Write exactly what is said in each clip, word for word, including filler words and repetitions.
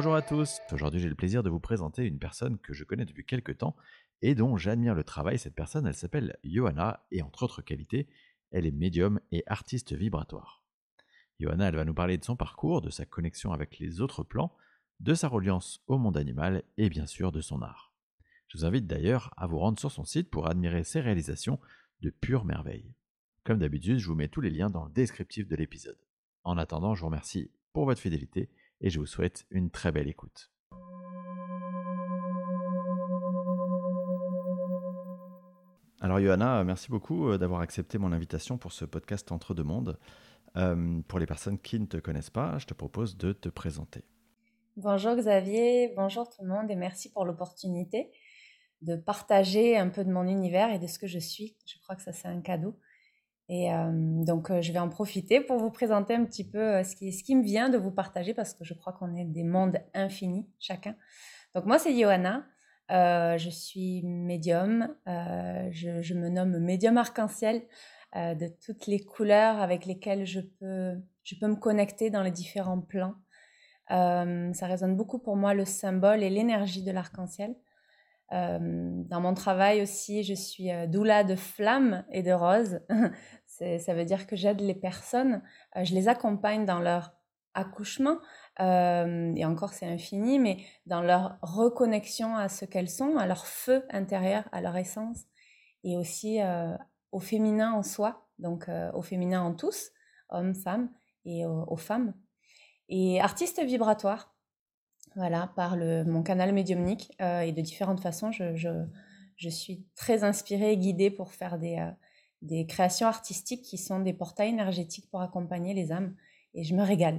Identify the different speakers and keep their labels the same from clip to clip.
Speaker 1: Bonjour à tous, aujourd'hui j'ai le plaisir de vous présenter une personne que je connais depuis quelques temps et dont j'admire le travail. Cette personne, elle s'appelle Johanna et entre autres qualités, elle est médium et artiste vibratoire. Johanna, elle va nous parler de son parcours, de sa connexion avec les autres plans, de sa reliance au monde animal et bien sûr de son art. Je vous invite d'ailleurs à vous rendre sur son site pour admirer ses réalisations de pure merveille. Comme d'habitude, je vous mets tous les liens dans le descriptif de l'épisode. En attendant, je vous remercie pour votre fidélité et je vous souhaite une très belle écoute. Alors Johanna, merci beaucoup d'avoir accepté mon invitation pour ce podcast Entre deux mondes. Euh, pour les personnes qui ne te connaissent pas, je te propose de te présenter.
Speaker 2: Bonjour Xavier, bonjour tout le monde et merci pour l'opportunité de partager un peu de mon univers et de ce que je suis. Je crois que ça c'est un cadeau. Et euh, donc euh, je vais en profiter pour vous présenter un petit peu euh, ce qui, ce qui me vient de vous partager parce que je crois qu'on est des mondes infinis chacun. Donc moi c'est Johanna, euh, je suis médium, euh, je, je me nomme médium arc-en-ciel euh, de toutes les couleurs avec lesquelles je peux, je peux me connecter dans les différents plans. Euh, ça résonne beaucoup pour moi le symbole et l'énergie de l'arc-en-ciel. Euh, dans mon travail aussi, je suis euh, doula de flammes et de roses. C'est, ça veut dire que j'aide les personnes, euh, je les accompagne dans leur accouchement, euh, et encore c'est infini, mais dans leur reconnexion à ce qu'elles sont, à leur feu intérieur, à leur essence, et aussi euh, au féminin en soi, donc euh, au féminin en tous, hommes, femmes, et aux, aux femmes. Et artiste vibratoire, voilà, par le, mon canal médiumnique euh, et de différentes façons, je, je, je suis très inspirée et guidée pour faire des, euh, des créations artistiques qui sont des portails énergétiques pour accompagner les âmes et je me régale.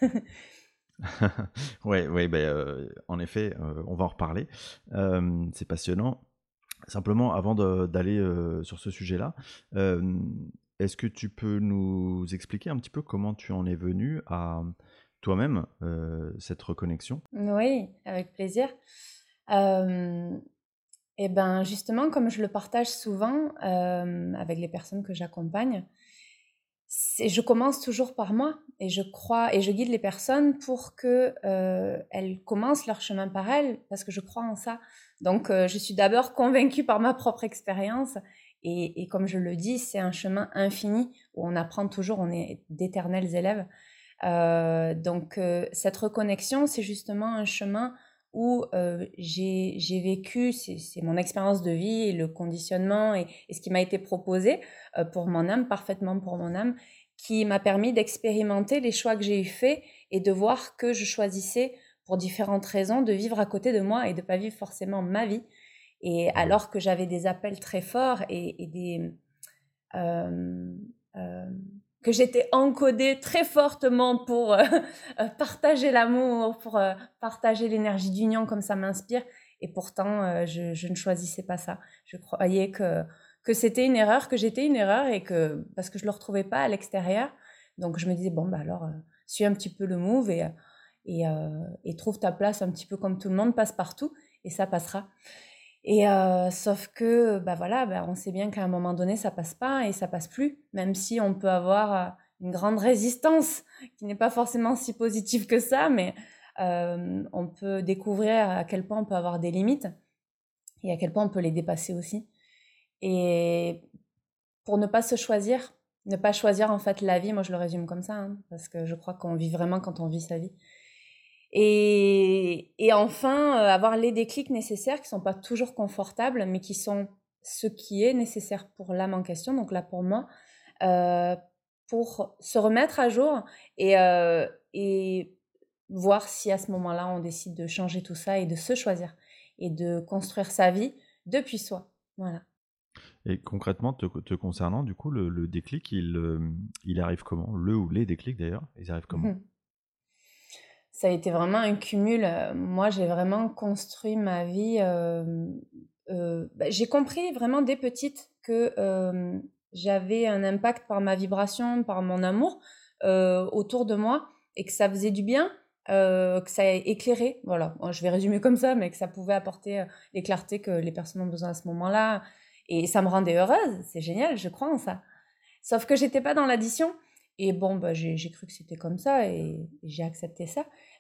Speaker 1: Oui, ouais, ben, euh, en effet, euh, on va en reparler. Euh, c'est passionnant. Simplement, avant de, d'aller euh, sur ce sujet-là, euh, est-ce que tu peux nous expliquer un petit peu comment tu en es venu à toi-même euh, cette reconnexion?
Speaker 2: Oui, avec plaisir. Euh, et ben justement, comme je le partage souvent euh, avec les personnes que j'accompagne, c'est, je commence toujours par moi et je crois et je guide les personnes pour que euh, elles commencent leur chemin par elles parce que je crois en ça. Donc euh, je suis d'abord convaincue par ma propre expérience et, et comme je le dis, c'est un chemin infini où on apprend toujours, on est d'éternels élèves. Euh, donc euh, cette reconnexion, c'est justement un chemin où euh, j'ai, j'ai vécu, c'est, c'est mon expérience de vie et le conditionnement et, et ce qui m'a été proposé euh, pour mon âme, parfaitement pour mon âme, qui m'a permis d'expérimenter les choix que j'ai eu faits et de voir que je choisissais pour différentes raisons de vivre à côté de moi et de pas vivre forcément ma vie. Et alors que j'avais des appels très forts et, et des... Euh, euh, que j'étais encodée très fortement pour euh, partager l'amour, pour euh, partager l'énergie d'union comme ça m'inspire. Et pourtant, euh, je, je ne choisissais pas ça. Je croyais que, que c'était une erreur, que j'étais une erreur, et que parce que je ne le retrouvais pas à l'extérieur. Donc je me disais, bon, bah alors, euh, suis un petit peu le move et, et, euh, et trouve ta place un petit peu comme tout le monde, passe partout, et ça passera. Et euh, sauf que, bah voilà, bah on sait bien qu'à un moment donné, ça passe pas et ça passe plus, même si on peut avoir euh, une grande résistance qui n'est pas forcément si positive que ça, mais euh, on peut découvrir à quel point on peut avoir des limites et à quel point on peut les dépasser aussi. Et pour ne pas se choisir, ne pas choisir en fait la vie, moi je le résume comme ça, hein, parce que je crois qu'on vit vraiment quand on vit sa vie. Et, et enfin, euh, avoir les déclics nécessaires qui ne sont pas toujours confortables, mais qui sont ce qui est nécessaire pour l'âme en question, donc là pour moi, euh, pour se remettre à jour et, euh, et voir si à ce moment-là, on décide de changer tout ça et de se choisir et de construire sa vie depuis soi. Voilà.
Speaker 1: Et concrètement, te, te concernant, du coup, le, le déclic, il, euh, il arrive comment? Le ou les déclics d'ailleurs, ils arrivent comment?
Speaker 2: Ça a été vraiment un cumul. Moi, j'ai vraiment construit ma vie. Euh, euh, bah, j'ai compris vraiment dès petite que euh, j'avais un impact par ma vibration, par mon amour euh, autour de moi et que ça faisait du bien, euh, que ça éclairait. Voilà, bon, je vais résumer comme ça, mais que ça pouvait apporter euh, les clartés que les personnes ont besoin à ce moment-là. Et ça me rendait heureuse. C'est génial, je crois en ça. Sauf que j'étais pas dans l'addition. Et bon, bah, j'ai, j'ai cru que c'était comme ça et, et j'ai accepté ça.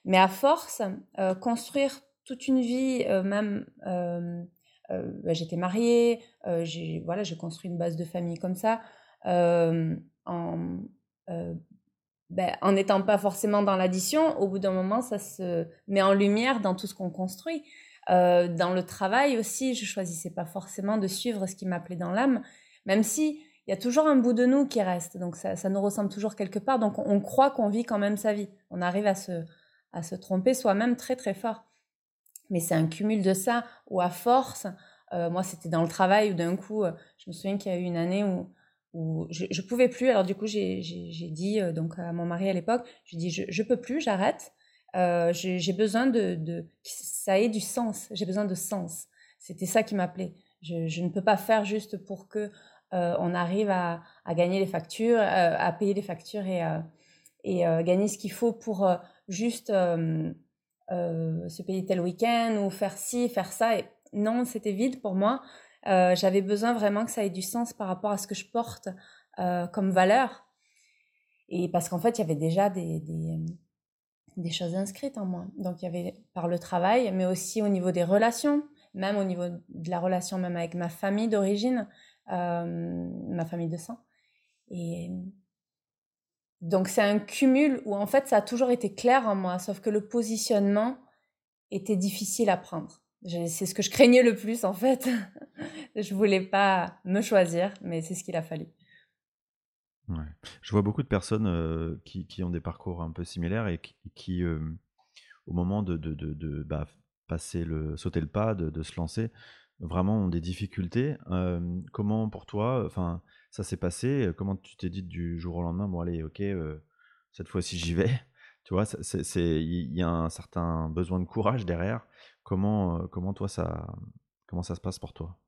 Speaker 2: Mais à force, euh, construire toute une vie, euh, même, euh, euh, bah, j'étais mariée, euh, j'ai, voilà, j'ai construit une base de famille comme ça, euh, en, euh, ben, en n'étant pas forcément dans l'addition, au bout d'un moment, ça se met en lumière dans tout ce qu'on construit. Euh, dans le travail aussi, je choisissais pas forcément de suivre ce qui m'appelait dans l'âme, même si il y a toujours un bout de nous qui reste, donc ça, ça nous ressemble toujours quelque part, donc on, on croit qu'on vit quand même sa vie. On arrive à se, à se tromper soi-même très très fort. Mais c'est un cumul de ça, où à force, euh, moi c'était dans le travail, où d'un coup, euh, je me souviens qu'il y a eu une année où, où je, je pouvais plus, alors du coup j'ai, j'ai, j'ai dit euh, donc à mon mari à l'époque, je dis je, je peux plus, j'arrête, euh, j'ai, j'ai besoin de, de, que ça ait du sens, j'ai besoin de sens. C'était ça qui m'appelait. Je, je ne peux pas faire juste pour que euh, on arrive à, à gagner les factures, euh, à payer les factures et, euh, et euh, gagner ce qu'il faut pour euh, juste euh, euh, se payer tel week-end ou faire ci, faire ça. Et non, c'était vide pour moi. Euh, j'avais besoin vraiment que ça ait du sens par rapport à ce que je porte euh, comme valeur. Et parce qu'en fait, il y avait déjà des, des, des choses inscrites en moi. Donc, il y avait par le travail, mais aussi au niveau des relations, même au niveau de la relation même avec ma famille d'origine, euh, ma famille de sang. Et donc, c'est un cumul où en fait, ça a toujours été clair en moi, sauf que le positionnement était difficile à prendre. Je- C'est ce que je craignais le plus en fait. Je voulais pas me choisir, mais c'est ce qu'il a fallu.
Speaker 1: Ouais. Je vois beaucoup de personnes euh, qui, qui ont des parcours un peu similaires et qui, qui, euh, au moment de, de, de, de, bah, passer le, sauter le pas, de, de se lancer, vraiment ont des difficultés. Euh, comment pour toi, enfin, ça s'est passé? Comment tu t'es dit du jour au lendemain, bon allez, ok, euh, cette fois-ci j'y vais. Tu vois, ça- c'est, c'est, il y a un certain besoin de courage derrière. Comment, euh, comment toi ça, comment ça se passe pour toi?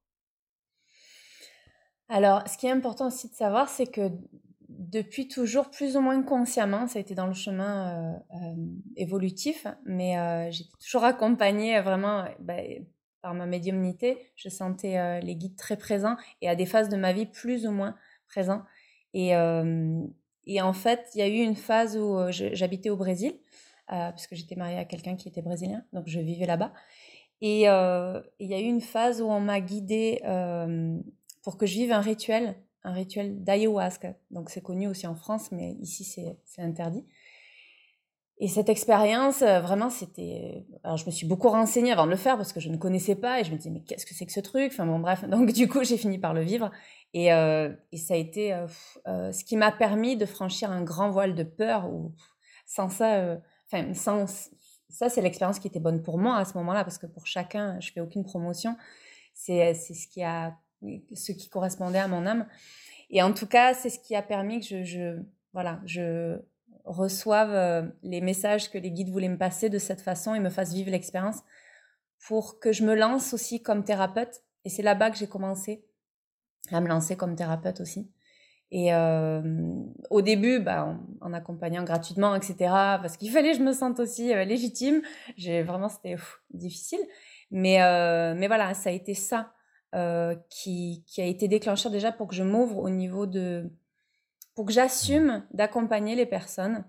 Speaker 2: Alors, ce qui est important aussi de savoir, c'est que depuis toujours, plus ou moins consciemment, ça a été dans le chemin euh, euh, évolutif, mais euh, j'étais toujours accompagnée euh, vraiment euh, bah, par ma médiumnité. Je sentais euh, les guides très présents et à des phases de ma vie plus ou moins présents. Et, euh, et en fait, il y a eu une phase où euh, je- j'habitais au Brésil, euh, parce que j'étais mariée à quelqu'un qui était brésilien, donc je vivais là-bas. Et euh, il y a eu une phase où on m'a guidée euh, pour que je vive un rituel, un rituel d'ayahuasca. Donc c'est connu aussi en France, mais ici c'est, c'est interdit. Et cette expérience, euh, vraiment, c'était... Alors je me suis beaucoup renseignée avant de le faire parce que je ne connaissais pas et je me disais, mais qu'est-ce que c'est que ce truc? Enfin bon, bref, donc du coup, j'ai fini par le vivre. Et, euh, et ça a été euh, pff, euh, ce qui m'a permis de franchir un grand voile de peur où pff, sans ça, euh, enfin, sans... Ça, c'est l'expérience qui était bonne pour moi à ce moment-là parce que pour chacun, je fais aucune promotion. C'est, c'est ce qui a, ce qui correspondait à mon âme. Et en tout cas, c'est ce qui a permis que je, je voilà, je reçoive euh, les messages que les guides voulaient me passer de cette façon et me fassent vivre l'expérience pour que je me lance aussi comme thérapeute. Et c'est là-bas que j'ai commencé à me lancer comme thérapeute aussi. Et euh, au début, bah, en, en accompagnant gratuitement, et cetera, parce qu'il fallait que je me sente aussi euh, légitime. J'ai vraiment, c'était pff, difficile. Mais, euh, mais voilà, ça a été ça euh, qui, qui a été déclencheur déjà pour que je m'ouvre au niveau de... pour que
Speaker 1: Hmm.
Speaker 2: j'assume d'accompagner les personnes.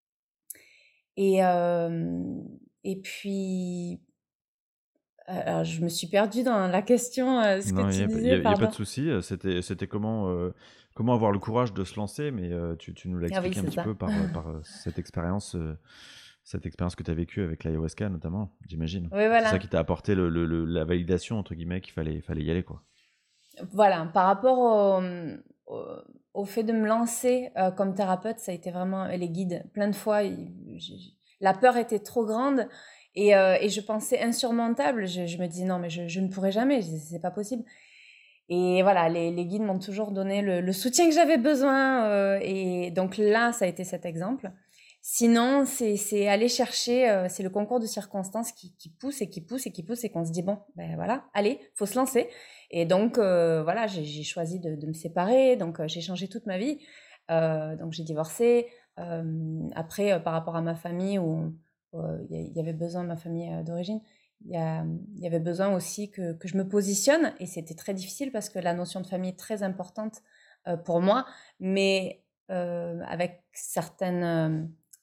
Speaker 2: Et, euh, et puis, alors je me suis perdue dans la question, euh, ce que
Speaker 1: Non, il
Speaker 2: tu
Speaker 1: y a, pas y
Speaker 2: disais,
Speaker 1: a- y a pas de
Speaker 2: pardon.
Speaker 1: souci. euh, C'était, c'était comment, euh, comment avoir le courage de se lancer, mais euh, tu, tu nous l'as
Speaker 2: Ah oui,
Speaker 1: expliqué un
Speaker 2: c'est
Speaker 1: petit
Speaker 2: ça.
Speaker 1: peu par, euh, par euh, cette expérience, euh, cette expérience que tu as vécue avec l'ayahuasca notamment, j'imagine.
Speaker 2: Oui,
Speaker 1: C'est ça
Speaker 2: voilà.
Speaker 1: qui t'a apporté le, le- le- la validation, entre guillemets, qu'il fallait, fallait y aller, quoi.
Speaker 2: Voilà, par rapport au, au, au fait de me lancer euh, comme thérapeute, ça a été vraiment les guides. Plein de fois, il- j'ai- la peur était trop grande et, euh, et je pensais insurmontable. Je, je me disais non, mais je, je ne pourrai jamais, je disais, c'est pas possible. Et voilà, les, les guides m'ont toujours donné le, le soutien que j'avais besoin. Euh, et donc là, ça a été cet exemple. Sinon, c'est c'est aller chercher, euh, c'est le concours de circonstances qui, qui pousse et qui pousse et qui pousse et qu'on se dit, bon, ben voilà, allez, faut se lancer. Et donc, euh, voilà, j'ai j'ai choisi de, de me séparer. Donc, euh, j'ai changé toute ma vie. Euh, donc, j'ai divorcé. Euh, après, euh, par rapport à ma famille, où euh, il y, y avait besoin de ma famille euh, d'origine, il y, a, il y avait besoin aussi que, que je me positionne et c'était très difficile parce que la notion de famille est très importante euh, pour moi, mais euh, avec certaines,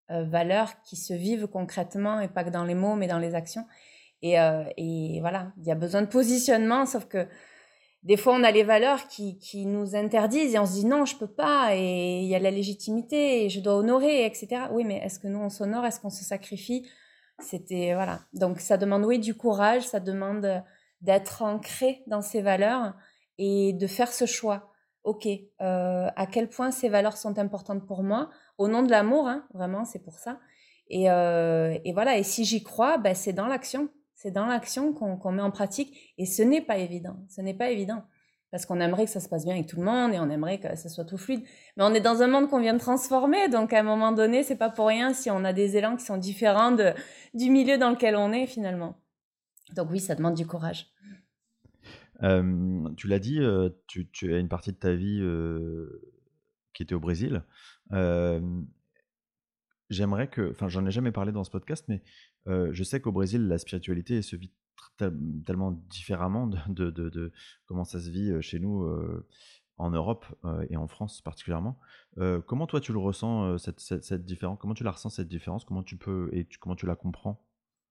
Speaker 2: euh, valeurs qui se vivent concrètement et pas que dans les mots, mais dans les actions. Et, euh, et voilà, il y a besoin de positionnement, sauf que des fois, on a les valeurs qui, qui nous interdisent et on se dit non, je peux pas, et il y a la légitimité, et je dois honorer, et cetera. Oui, mais est-ce que nous, on s'honore? Est-ce qu'on se sacrifie? C'était, voilà. Donc, ça demande, oui, du courage, ça demande d'être ancré dans ces valeurs et de faire ce choix. Ok, euh, à quel point ces valeurs sont importantes pour moi, au nom de l'amour, hein, vraiment, c'est pour ça. Et, euh, et voilà, et si j'y crois, ben, c'est dans l'action. C'est dans l'action qu'on qu'on met en pratique. Et ce n'est pas évident. Ce n'est pas évident. Parce qu'on aimerait que ça se passe bien avec tout le monde et on aimerait que ça soit tout fluide. Mais on est dans un monde qu'on vient de transformer. Donc, à un moment donné, c'est pas pour rien si on a des élans qui sont différents de, du milieu dans lequel on est, finalement. Donc oui, ça demande du courage.
Speaker 1: Euh, tu l'as dit, euh, tu, tu as une partie de ta vie euh, qui était au Brésil. Euh, J'aimerais que, enfin, j'en ai jamais parlé dans ce podcast, mais euh, je sais qu'au Brésil, la spiritualité se vit tr- tel- tellement différemment de, de, de- de comment ça se vit euh, chez nous euh, en Europe euh, et en France particulièrement. Euh, comment toi tu le ressens euh, cette, cette, cette différence? Comment tu la ressens cette différence? Comment tu peux et tu- comment tu la comprends?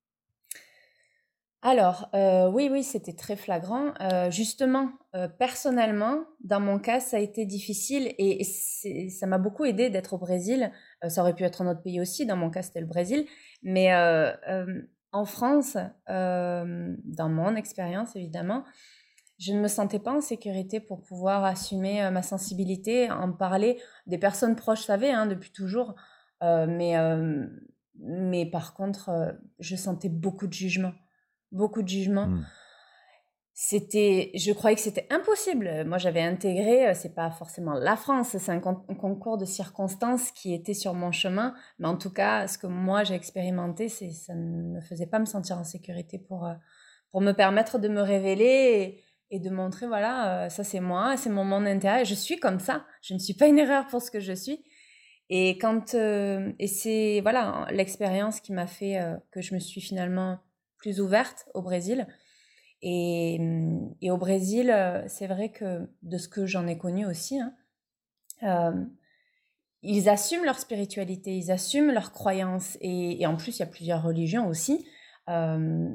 Speaker 2: Alors, euh, oui, oui, c'était très flagrant. Euh, justement, euh, personnellement, dans mon cas, ça a été difficile et c'est- ça m'a beaucoup aidé d'être au Brésil. Euh, ça aurait pu être un autre pays aussi. Dans mon cas, c'était le Brésil. Mais euh, euh, en France, euh, dans mon expérience, évidemment, je ne me sentais pas en sécurité pour pouvoir assumer euh, ma sensibilité, en parler. Des personnes proches savaient, hein, depuis toujours. Euh, mais, euh, mais par contre, euh, je sentais beaucoup de jugement beaucoup de jugement.
Speaker 1: Hmm.
Speaker 2: C'était, je croyais que c'était impossible. Moi, j'avais intégré, euh, c'est pas forcément la France, c'est un, con- un concours de circonstances qui était sur mon chemin. Mais en tout cas, ce que moi j'ai expérimenté, c'est, ça ne me faisait pas me sentir en sécurité pour, euh, pour me permettre de me révéler et, et de montrer, voilà, euh, ça c'est moi, c'est mon monde intérieur. Je suis comme ça. Je ne suis pas une erreur pour ce que je suis. Et quand, euh, et c'est, voilà, l'expérience qui m'a fait euh, que je me suis finalement plus ouverte au Brésil. Et, et au Brésil, euh, c'est vrai que de ce que j'en ai connu aussi, hein, euh, ils assument leur spiritualité, ils assument leurs croyances. Et, et en plus, il y a plusieurs religions aussi. Euh,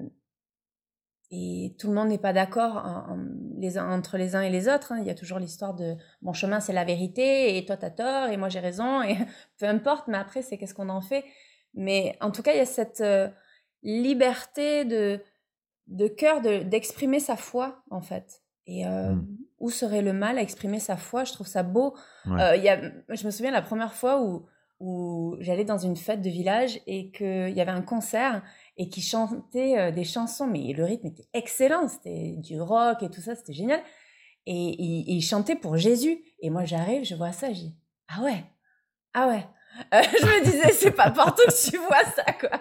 Speaker 2: et tout le monde n'est pas d'accord en- en- les uns, entre les uns et les autres, hein. Il y a toujours l'histoire de mon chemin, c'est la vérité, et toi, t'as tort, et moi, j'ai raison, et peu importe, mais après, c'est qu'est-ce qu'on en fait. Mais en tout cas, il y a cette euh, liberté de de cœur de, d'exprimer sa foi, en fait. Et euh,
Speaker 1: Hmm.
Speaker 2: où serait le mal à exprimer sa foi? Je trouve ça beau.
Speaker 1: Ouais.
Speaker 2: Euh, y a, je me souviens la première fois où, où j'allais dans une fête de village et qu'il y avait un concert et qui chantait euh, des chansons, mais le rythme était excellent, c'était du rock et tout ça, c'était génial. Et il chantait pour Jésus. Et moi, j'arrive, je vois ça, je dis, ah ouais, ah ouais. Euh, je me disais, c'est pas partout que tu vois ça, quoi.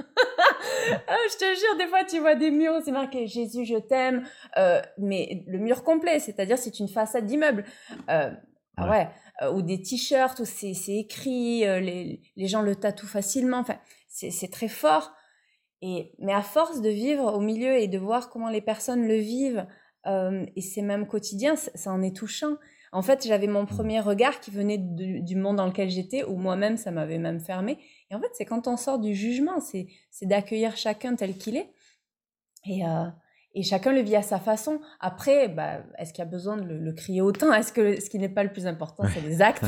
Speaker 2: Ah, je te jure, des fois, tu vois des murs où c'est marqué Jésus, je t'aime, euh, mais le mur complet, c'est-à-dire c'est une façade d'immeuble. Euh, ah
Speaker 1: Ouais.
Speaker 2: ouais, euh, ou des t-shirts où c'est, c'est écrit, euh, les, les gens le tatouent facilement. Enfin, c'est, c'est très fort. Et, mais à force de vivre au milieu et de voir comment les personnes le vivent, euh, et c'est même quotidien, ça, ça en est touchant. En fait, j'avais mon
Speaker 1: Hmm.
Speaker 2: premier regard qui venait du, du monde dans lequel j'étais, où moi-même, ça m'avait même fermé. Et en fait, c'est quand on sort du jugement, c'est, c'est d'accueillir chacun tel qu'il est. Et, euh, et chacun le vit à sa façon. Après, bah, est-ce qu'il y a besoin de le, le crier autant? Est-ce que ce qui n'est pas le plus important, c'est les actes?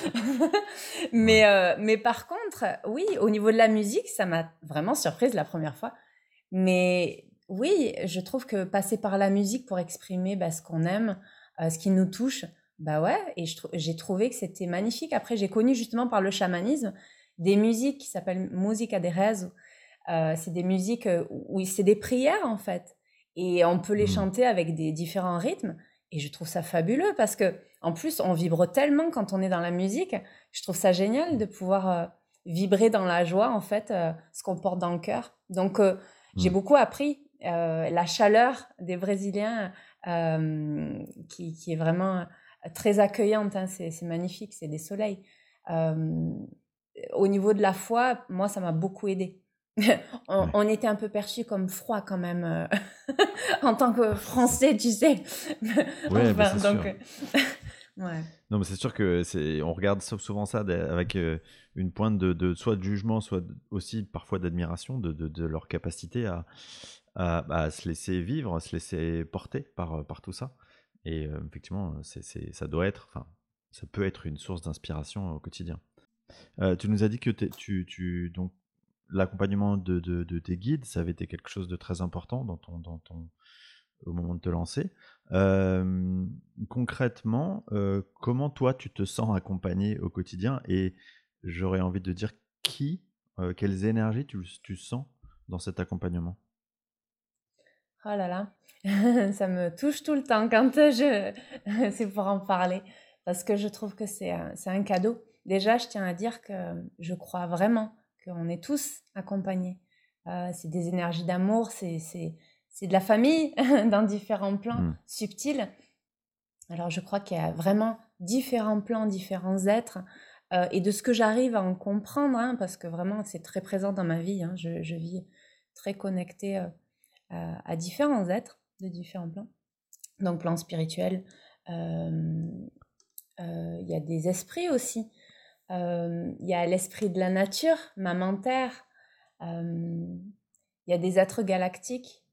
Speaker 2: mais,
Speaker 1: Ouais.
Speaker 2: euh, mais par contre, oui, au niveau de la musique, ça m'a vraiment surprise la première fois. Mais oui, je trouve que passer par la musique pour exprimer bah, ce qu'on aime, euh, ce qui nous touche, bah ouais, et je trou- j'ai trouvé que c'était magnifique. Après, j'ai connu justement par le chamanisme des musiques qui s'appellent musica de rezo. Euh, c'est des musiques euh, où c'est des prières en fait, et on peut les
Speaker 1: Hmm.
Speaker 2: chanter avec des différents rythmes. Et je trouve ça fabuleux parce que en plus, on vibre tellement quand on est dans la musique. Je trouve ça génial de pouvoir euh, vibrer dans la joie en fait, euh, ce qu'on porte dans le cœur. Donc euh, j'ai
Speaker 1: Hmm.
Speaker 2: beaucoup appris euh, la chaleur des Brésiliens euh, qui, qui est vraiment très accueillante, hein. C'est, c'est magnifique, c'est des soleils. Euh, au niveau de la foi, moi, ça m'a beaucoup aidé. on,
Speaker 1: Ouais.
Speaker 2: on était un peu perçus comme froid quand même euh, en tant que Français, tu sais.
Speaker 1: Ouais, bah,
Speaker 2: Enfin,
Speaker 1: c'est
Speaker 2: donc,
Speaker 1: sûr.
Speaker 2: euh, Ouais.
Speaker 1: Non, mais c'est sûr que c'est, on regarde sou- souvent ça d'a- avec euh, une pointe de, de soit de jugement, soit de- aussi parfois d'admiration de, de, de leur capacité à, à, bah, à se laisser vivre, à se laisser porter par, euh, par tout ça. Et euh, effectivement, c'est, c'est, ça doit être, enfin, ça peut être une source d'inspiration au quotidien. Euh, tu nous as dit que t'es- tu, tu, donc, l'accompagnement de, de, de tes guides, ça avait été quelque chose de très important dans ton, dans ton, au moment de te lancer. Euh, Concrètement, euh, comment toi tu te sens accompagné au quotidien et j'aurais envie de dire qui, euh, quelles énergies tu, tu sens dans cet accompagnement?
Speaker 2: Oh là là, ça me touche tout le temps quand je c'est pour en parler parce que je trouve que c'est un, c'est un cadeau. Déjà, je tiens à dire que je crois vraiment qu'on est tous accompagnés. Euh, c'est des énergies d'amour, c'est, c'est, c'est de la famille dans différents plans
Speaker 1: Hmm.
Speaker 2: subtils. Alors, je crois qu'il y a vraiment différents plans, différents êtres. Euh, et de ce que j'arrive à en comprendre, hein, parce que vraiment, c'est très présent dans ma vie. Hein, je, je vis très connectée euh, à, à différents êtres de différents plans. Donc, plan spirituel, euh, euh, il y a des esprits aussi. Euh, Il y a l'esprit de la nature, maman terre. Euh, Il y a des êtres galactiques.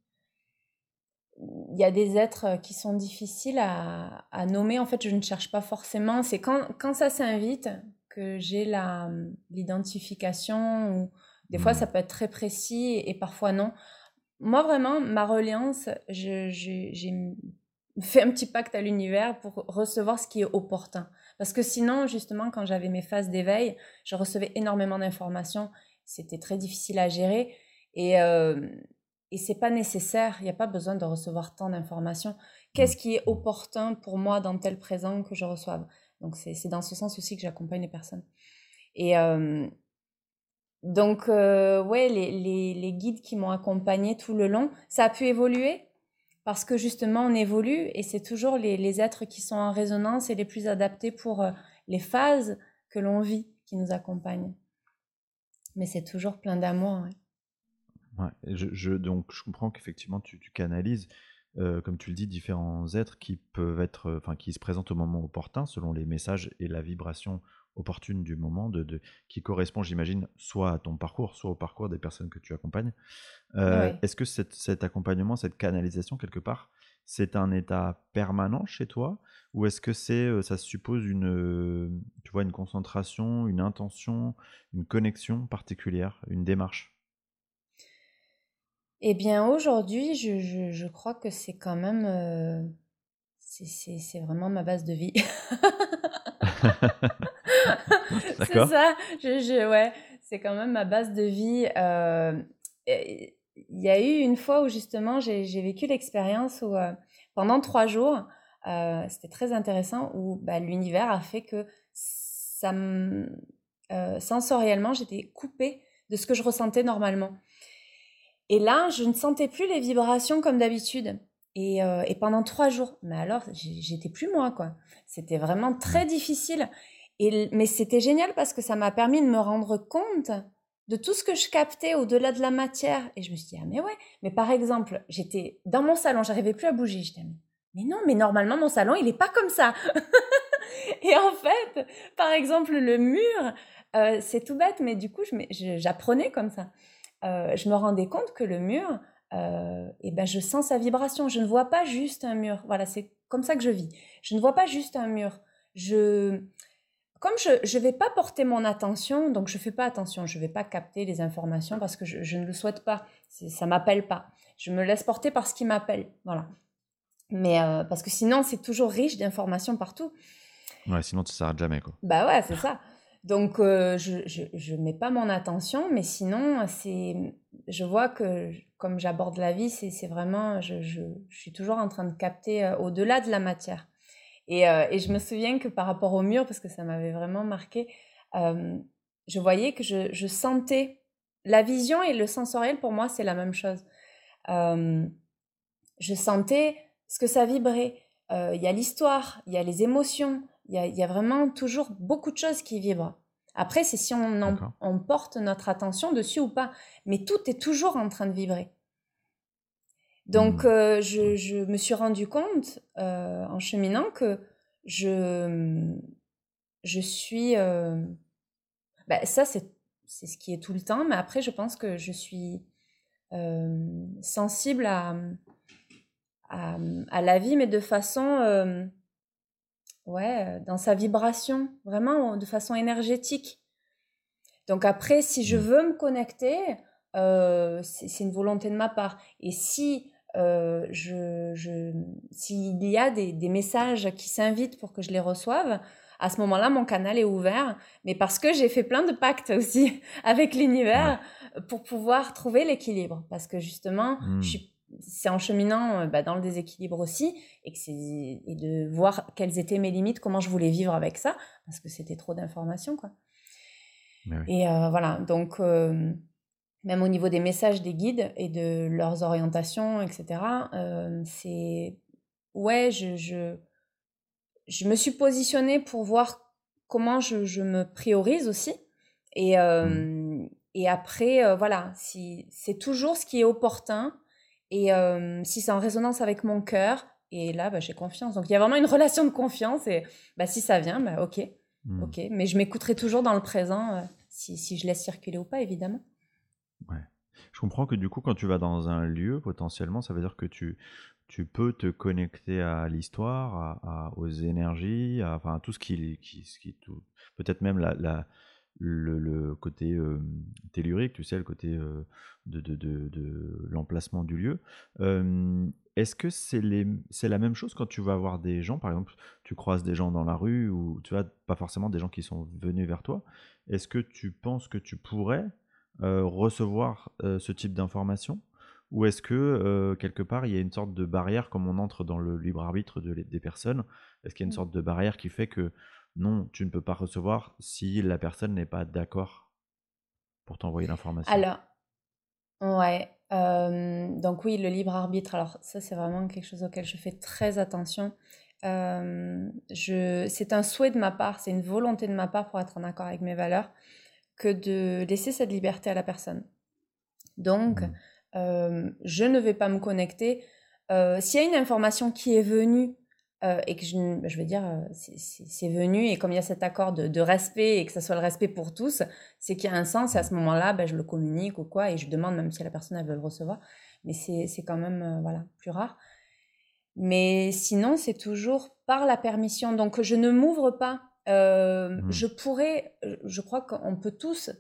Speaker 2: Il y a des êtres qui sont difficiles à, à nommer. En fait, je ne cherche pas forcément. C'est quand, quand ça s'invite que j'ai la, l'identification. Ou des fois,
Speaker 1: Hmm.
Speaker 2: ça peut être très précis et parfois non. Moi, vraiment, ma reliance, je, je- j'ai fait un petit pacte à l'univers pour recevoir ce qui est opportun. Parce que sinon, justement, quand j'avais mes phases d'éveil, je recevais énormément d'informations. C'était très difficile à gérer. Et, euh, et c'est pas nécessaire. Il n'y a pas besoin de recevoir tant d'informations.
Speaker 1: Hmm.
Speaker 2: Qu'est-ce qui est opportun pour moi dans tel présent que je reçoive? Donc, c'est c'est dans ce sens aussi que j'accompagne les personnes. Et, euh, donc, euh, ouais, les, les, les guides qui m'ont accompagnée tout le long, ça a pu évoluer parce que justement, on évolue et c'est toujours les, les êtres qui sont en résonance et les plus adaptés pour euh, les phases que l'on vit qui nous accompagnent. Mais c'est toujours plein d'amour. Ouais.
Speaker 1: Ouais, et je, je- donc je comprends qu'effectivement tu, tu canalises, euh, comme tu le dis, différents êtres qui peuvent être, euh, enfin qui se présentent au moment opportun selon les messages et la vibration opportune du moment, de, de- qui correspond, j'imagine, soit à ton parcours, soit au parcours des personnes que tu accompagnes. Euh,
Speaker 2: Ouais.
Speaker 1: est-ce que cette- cet accompagnement, cette canalisation quelque part, c'est un état permanent chez toi, ou est-ce que c'est, euh, ça suppose une, euh, tu vois, une concentration, une intention, une connexion particulière, une démarche?
Speaker 2: Eh bien, aujourd'hui, je, je, je crois que c'est quand même, euh, c'est c'est- c'est vraiment ma base de vie. C'est
Speaker 1: D'accord.
Speaker 2: ça, je, je- ouais, c'est quand même ma base de vie. Euh, et il y a eu une fois où justement j'ai j'ai vécu l'expérience où euh, pendant trois jours, euh, c'était très intéressant, où bah, l'univers a fait que ça me, euh, sensoriellement, j'étais coupée de ce que je ressentais normalement. Et là, je ne sentais plus les vibrations comme d'habitude. Et, euh, et pendant trois jours, mais alors, j'ai- j'étais plus moi, quoi. C'était vraiment
Speaker 1: Mm.
Speaker 2: très difficile. Et, l- mais c'était génial parce que ça m'a permis de me rendre compte de tout ce que je captais au-delà de la matière. Et je me suis dit, ah mais ouais. Mais par exemple, j'étais dans mon salon, j'arrivais plus à bouger. J'étais, mais mais non, mais normalement, mon salon, il est pas comme ça. Et en fait, par exemple, le mur, euh, c'est tout bête, mais du coup, je m'ai- je- j'apprenais comme ça. Euh, je me rendais compte que le mur, euh, eh ben, je sens sa vibration. Je ne vois pas juste un mur. Voilà, c'est comme ça que je vis. Je ne vois pas juste un mur. Je, comme je ne vais pas porter mon attention, donc je ne fais pas attention, je ne vais pas capter les informations parce que je, je ne le souhaite pas. C'est, ça ne m'appelle pas. Je me laisse porter par ce qui m'appelle. Voilà. Mais euh, parce que sinon, c'est toujours riche d'informations partout.
Speaker 1: Ouais, sinon tu s'arrêtes jamais, quoi.
Speaker 2: Bah ouais, c'est ça. Donc, euh, je, je, je mets pas mon attention, mais sinon, c'est, je vois que comme j'aborde la vie, c'est, c'est vraiment, je, je, je suis toujours en train de capter euh, au-delà de la matière. Et, euh, et je me
Speaker 1: Mm.
Speaker 2: souviens que par rapport au mur, parce que ça m'avait vraiment marqué, euh, je voyais que je, je sentais la vision et le sensoriel, pour moi, c'est la même chose. Euh, je sentais ce que ça vibrait. Euh, Il y a l'histoire, il y a les émotions, il y a, il y a vraiment toujours beaucoup de choses qui vibrent. Après, c'est si on, en-
Speaker 1: D'accord.
Speaker 2: on porte notre attention dessus ou pas. Mais tout est toujours en train de vibrer. Donc,
Speaker 1: Mm.
Speaker 2: euh,
Speaker 1: Ouais.
Speaker 2: je, je me suis rendu compte euh, en cheminant que je, je suis... euh, bah, ça, c'est, c'est ce qui est tout le temps, mais après, je pense que je suis euh, sensible à, à, à la vie, mais de façon... euh, ouais, euh, dans sa vibration, vraiment de façon énergétique. Donc après, si je
Speaker 1: Mm.
Speaker 2: veux me connecter, euh, c'est c'est une volonté de ma part. Et si euh, je, je, s'il y a des, des messages qui s'invitent pour que je les reçoive, à ce moment-là, mon canal est ouvert. Mais parce que j'ai fait plein de pactes aussi avec
Speaker 1: Ouais.
Speaker 2: l'univers pour pouvoir trouver l'équilibre. Parce que justement, je
Speaker 1: Mm.
Speaker 2: suis, c'est en cheminant euh, bah, dans le déséquilibre aussi, et, que c'est, et de voir quelles étaient mes limites, comment je voulais vivre avec ça, parce que c'était trop d'informations, quoi.
Speaker 1: Mais oui.
Speaker 2: Et euh, voilà, donc euh, même au niveau des messages des guides et de leurs orientations, et cetera, euh, c'est... Ouais, je, je, je me suis positionnée pour voir comment je, je me priorise aussi. Et,
Speaker 1: Mm.
Speaker 2: euh, et après, euh, voilà, si, c'est toujours ce qui est opportun. Et euh, si c'est en résonance avec mon cœur, et là, bah, j'ai confiance. Donc il y a vraiment une relation de confiance. Et bah, si ça vient, bah, ok,
Speaker 1: Mm.
Speaker 2: ok. Mais je m'écouterai toujours dans le présent, euh, si, si je laisse circuler ou pas, évidemment.
Speaker 1: Ouais. Je comprends que du coup, quand tu vas dans un lieu, potentiellement, ça veut dire que tu, tu peux te connecter à l'histoire, à, à- aux énergies, à, enfin, à tout ce qui, qui, ce qui tout, peut-être même la, la, le, le côté euh, tellurique, tu sais, le côté euh, de, de, de, de l'emplacement du lieu. Euh, est-ce que c'est les, c'est la même chose quand tu vas voir des gens, par exemple, tu croises des gens dans la rue ou tu vois, pas forcément des gens qui sont venus vers toi. Est-ce que tu penses que tu pourrais euh, recevoir euh, ce type d'informations? Ou est-ce que, euh, quelque part, il y a une sorte de barrière, comme on entre dans le libre arbitre de, des personnes? Est-ce qu'il y a une
Speaker 2: Mm.
Speaker 1: sorte de barrière qui fait que non, tu ne peux pas recevoir si la personne n'est pas d'accord pour t'envoyer l'information?
Speaker 2: Alors, ouais. Euh, donc oui, le libre arbitre. Alors ça, c'est vraiment quelque chose auquel je fais très attention. Euh, je, c'est un souhait de ma part, c'est une volonté de ma part pour être en accord avec mes valeurs, que de laisser cette liberté à la personne. Donc,
Speaker 1: Mm.
Speaker 2: euh, je ne vais pas me connecter. Euh, s'il y a une information qui est venue euh, et que je, je vais dire, euh, c'est, c'est, c'est venu, et comme il y a cet accord de, de respect et que ça soit le respect pour tous, c'est qu'il y a un sens, et à
Speaker 1: Mm.
Speaker 2: ce moment-là, ben, je le communique ou quoi, et je demande même si la personne elle veut le recevoir. Mais c'est, c'est quand même euh, voilà, plus rare. Mais sinon, c'est toujours par la permission. Donc, je ne m'ouvre pas. Euh,
Speaker 1: Mm.
Speaker 2: je pourrais, je crois qu'on peut tous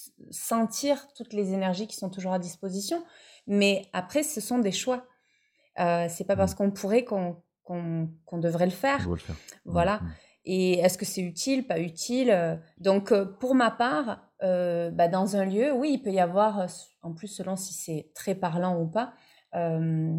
Speaker 2: sentir toutes les énergies qui sont toujours à disposition. Mais après, ce sont des choix. Euh, c'est pas
Speaker 1: Mm.
Speaker 2: parce qu'on pourrait qu'on qu'on qu'on devrait le
Speaker 1: On
Speaker 2: faire.
Speaker 1: doit le faire. Mm.
Speaker 2: Voilà.
Speaker 1: Mm.
Speaker 2: Et est-ce que c'est utile, pas utile? Donc, euh, pour ma part, euh, bah, dans un lieu, oui, il peut y avoir, euh, en plus, selon si c'est très parlant ou pas, euh,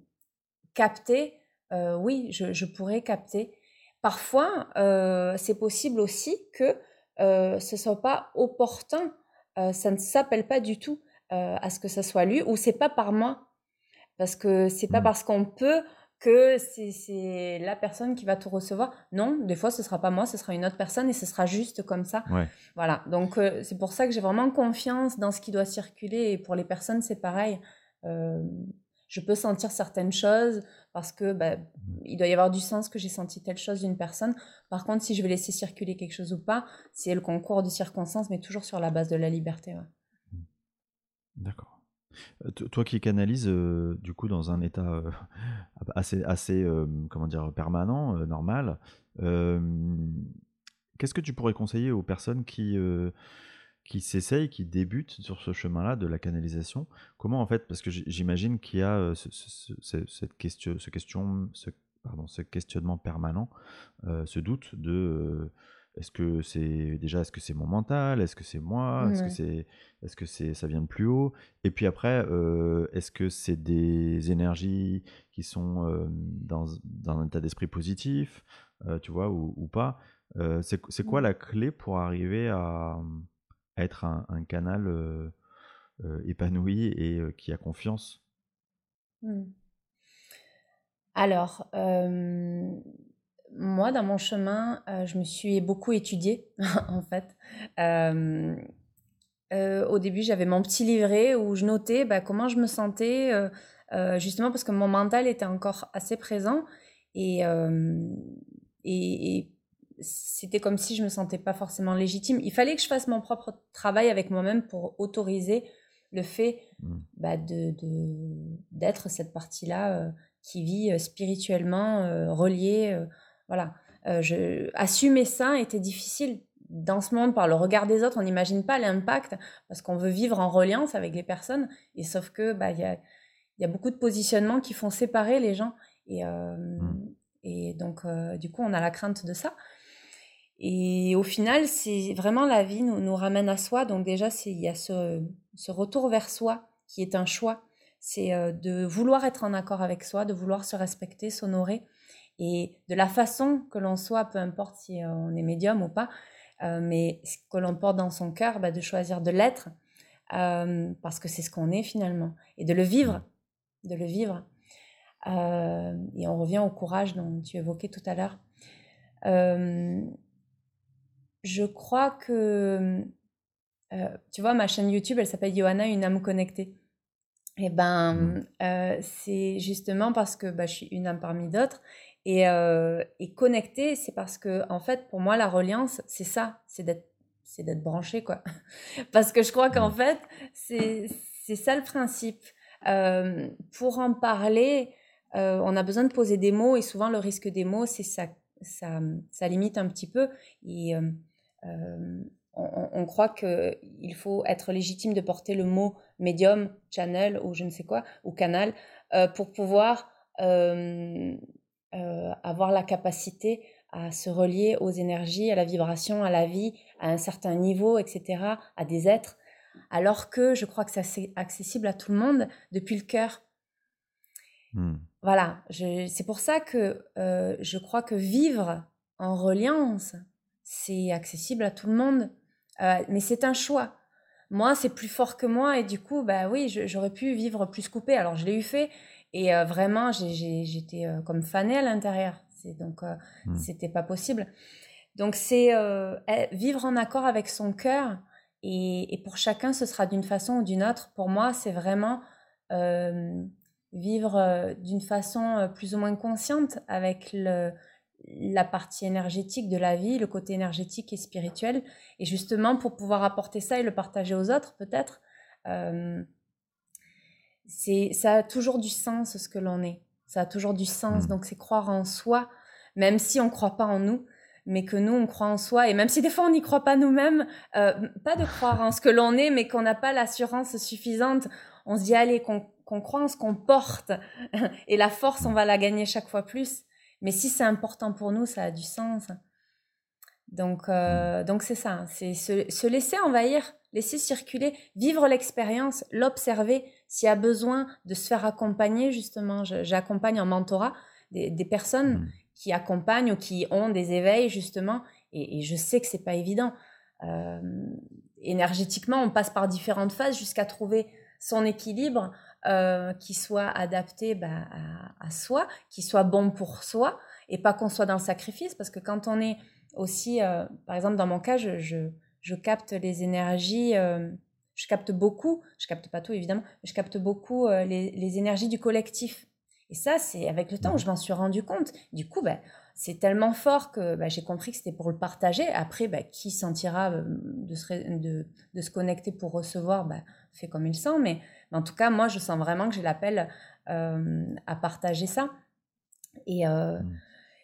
Speaker 2: capter, euh, oui, je, je pourrais capter. Parfois, euh, c'est possible aussi que euh, ce soit pas opportun, euh, ça ne s'appelle pas du tout euh, à ce que ça soit lu, ou c'est pas par moi, parce que c'est pas
Speaker 1: Mm.
Speaker 2: parce qu'on peut que c'est, c'est la personne qui va tout recevoir. Non, des fois ce sera pas moi, ce sera une autre personne, et ce sera juste comme ça.
Speaker 1: Ouais.
Speaker 2: Voilà, donc euh, c'est pour ça que j'ai vraiment confiance dans ce qui doit circuler, et pour les personnes c'est pareil. Euh, je peux sentir certaines choses parce que bah,
Speaker 1: Mm.
Speaker 2: il doit y avoir du sens que j'ai senti telle chose d'une personne. Par contre, si je vais laisser circuler quelque chose ou pas, c'est le concours de circonstances, mais toujours sur la base de la liberté. Ouais.
Speaker 1: Mm. D'accord. Euh, to- Toi qui canalises euh, du coup dans un état euh, assez, assez euh, comment dire, permanent, euh, normal, euh, qu'est-ce que tu pourrais conseiller aux personnes qui, euh, qui s'essayent, qui débutent sur ce chemin-là de la canalisation? Comment en fait, parce que j- j'imagine qu'il y a euh, ce, ce- ce- ce- cette question, ce, question, ce, pardon, ce questionnement permanent, euh, ce doute de euh, est-ce que c'est déjà est-ce que c'est mon mental, est-ce que c'est moi, est-ce que
Speaker 2: Ouais.
Speaker 1: c'est est-ce que c'est ça vient de plus haut, et puis après euh, est-ce que c'est des énergies qui sont euh, dans, dans un état d'esprit positif, euh, tu vois, ou, ou pas. Euh, c'est c'est quoi
Speaker 2: Mm.
Speaker 1: la clé pour arriver à, à être un, un canal euh, euh, épanoui et euh, qui a confiance?
Speaker 2: Mm. Alors, euh, moi, dans mon chemin, euh, je me suis beaucoup étudiée, en fait. Euh, euh, au début, j'avais mon petit livret où je notais bah, comment je me sentais, euh, euh, justement parce que mon mental était encore assez présent. Et, euh, et, et c'était comme si je me sentais pas forcément légitime. Il fallait que je fasse mon propre travail avec moi-même pour autoriser le fait
Speaker 1: Mmh.
Speaker 2: bah, de, de- d'être cette partie-là euh, qui vit euh, spirituellement, euh, reliée. euh, voilà. Euh, je, assumer ça était difficile. Dans ce monde, par le regard des autres, on n'imagine pas l'impact parce qu'on veut vivre en reliance avec les personnes. Et sauf que bah, il y a, il y a beaucoup de positionnements qui font séparer les gens. Et, euh,
Speaker 1: Mmh.
Speaker 2: et donc, euh, du coup, on a la crainte de ça. Et au final, c'est vraiment la vie nous, nous ramène à soi. Donc déjà, c'est, il y a ce, ce retour vers soi qui est un choix. C'est euh, de vouloir être en accord avec soi, de vouloir se respecter, s'honorer. Et de la façon que l'on soit, peu importe si euh, on est médium ou pas, euh, mais ce que l'on porte dans son cœur, bah, de choisir de l'être, euh, parce que c'est ce qu'on est finalement. Et de le
Speaker 1: Mmh.
Speaker 2: vivre, de le vivre. Euh, et on revient au courage dont tu évoquais tout à l'heure. Euh, je crois que, euh, tu vois, ma chaîne YouTube, elle s'appelle Johanna, une âme connectée. Et
Speaker 1: Mmh.
Speaker 2: ben, euh, c'est justement parce que bah, je suis une âme parmi d'autres. Et, euh, et connectée, c'est parce que, en fait, pour moi, la reliance, c'est ça, c'est d'être, c'est d'être branché, quoi. Parce que je crois qu'en
Speaker 1: Mmh.
Speaker 2: fait, c'est, c'est ça le principe. Euh, pour en parler, euh, on a besoin de poser des mots et souvent le risque des mots, c'est ça, ça, ça limite un petit peu. Et euh, euh, on, on croit qu'il faut être légitime de porter le mot médium, channel ou je ne sais quoi, ou canal, euh, pour pouvoir euh, euh, avoir la capacité à se relier aux énergies, à la vibration, à la vie, à un certain niveau, et cetera, à des êtres, alors que je crois que c'est accessible à tout le monde depuis le cœur.
Speaker 1: Mmh.
Speaker 2: Voilà, je, c'est pour ça que euh, je crois que vivre en reliance, c'est accessible à tout le monde, Euh, mais c'est un choix. Moi, c'est plus fort que moi et du coup, bah oui, je- j'aurais pu vivre plus coupé. Alors, je l'ai eu fait et euh, vraiment, j'ai- j'ai- j'étais euh, comme fanée à l'intérieur. C'est donc, euh,
Speaker 1: Mmh.
Speaker 2: c'était pas possible. Donc, c'est euh, eh, vivre en accord avec son cœur et, et pour chacun, ce sera d'une façon ou d'une autre. Pour moi, c'est vraiment euh, vivre euh, d'une façon euh, plus ou moins consciente avec le, la partie énergétique de la vie, le côté énergétique et spirituel. Et justement, pour pouvoir apporter ça et le partager aux autres, peut-être, euh, c'est, ça a toujours du sens ce que l'on est. Ça a toujours du sens.
Speaker 1: Mmh.
Speaker 2: Donc, c'est croire en soi, même si on ne croit pas en nous, mais que nous, on croit en soi. Et même si des fois, on n'y croit pas nous-mêmes, euh, pas de croire en ce que l'on est, mais qu'on n'a pas l'assurance suffisante. On se dit, allez, qu'on, qu'on croit en ce qu'on porte. Et la force, on
Speaker 1: Mmh.
Speaker 2: va la gagner chaque fois plus. Mais si c'est important pour nous, ça a du sens. Donc,
Speaker 1: Mmh.
Speaker 2: euh, donc c'est ça, hein. C'est se, se laisser envahir, laisser circuler, vivre l'expérience, l'observer. S'il y a besoin de se faire accompagner, justement, je- j'accompagne en mentorat des, des personnes
Speaker 1: Mmh.
Speaker 2: qui accompagnent ou qui ont des éveils, justement, et, et je sais que c'est pas évident. Euh, énergétiquement, on passe par différentes phases jusqu'à trouver son équilibre euh, qui soit adapté bah, à, à soi, qui soit bon pour soi, et pas qu'on soit dans le sacrifice, parce que quand on est aussi, euh, par exemple, dans mon cas, je, je, je capte les énergies, euh, je capte beaucoup, je capte pas tout évidemment, mais je capte beaucoup euh, les, les énergies du collectif. Et ça, c'est avec le temps,
Speaker 1: Mmh.
Speaker 2: je m'en suis rendu compte. Du coup, ben, c'est tellement fort que ben, j'ai compris que c'était pour le partager. Après, ben, qui sentira euh, de, se, de, de se connecter pour recevoir, ben, fait comme il sent. Mais, mais en tout cas, moi, je sens vraiment que j'ai l'appel euh, à partager ça. Et, euh,
Speaker 1: Mmh.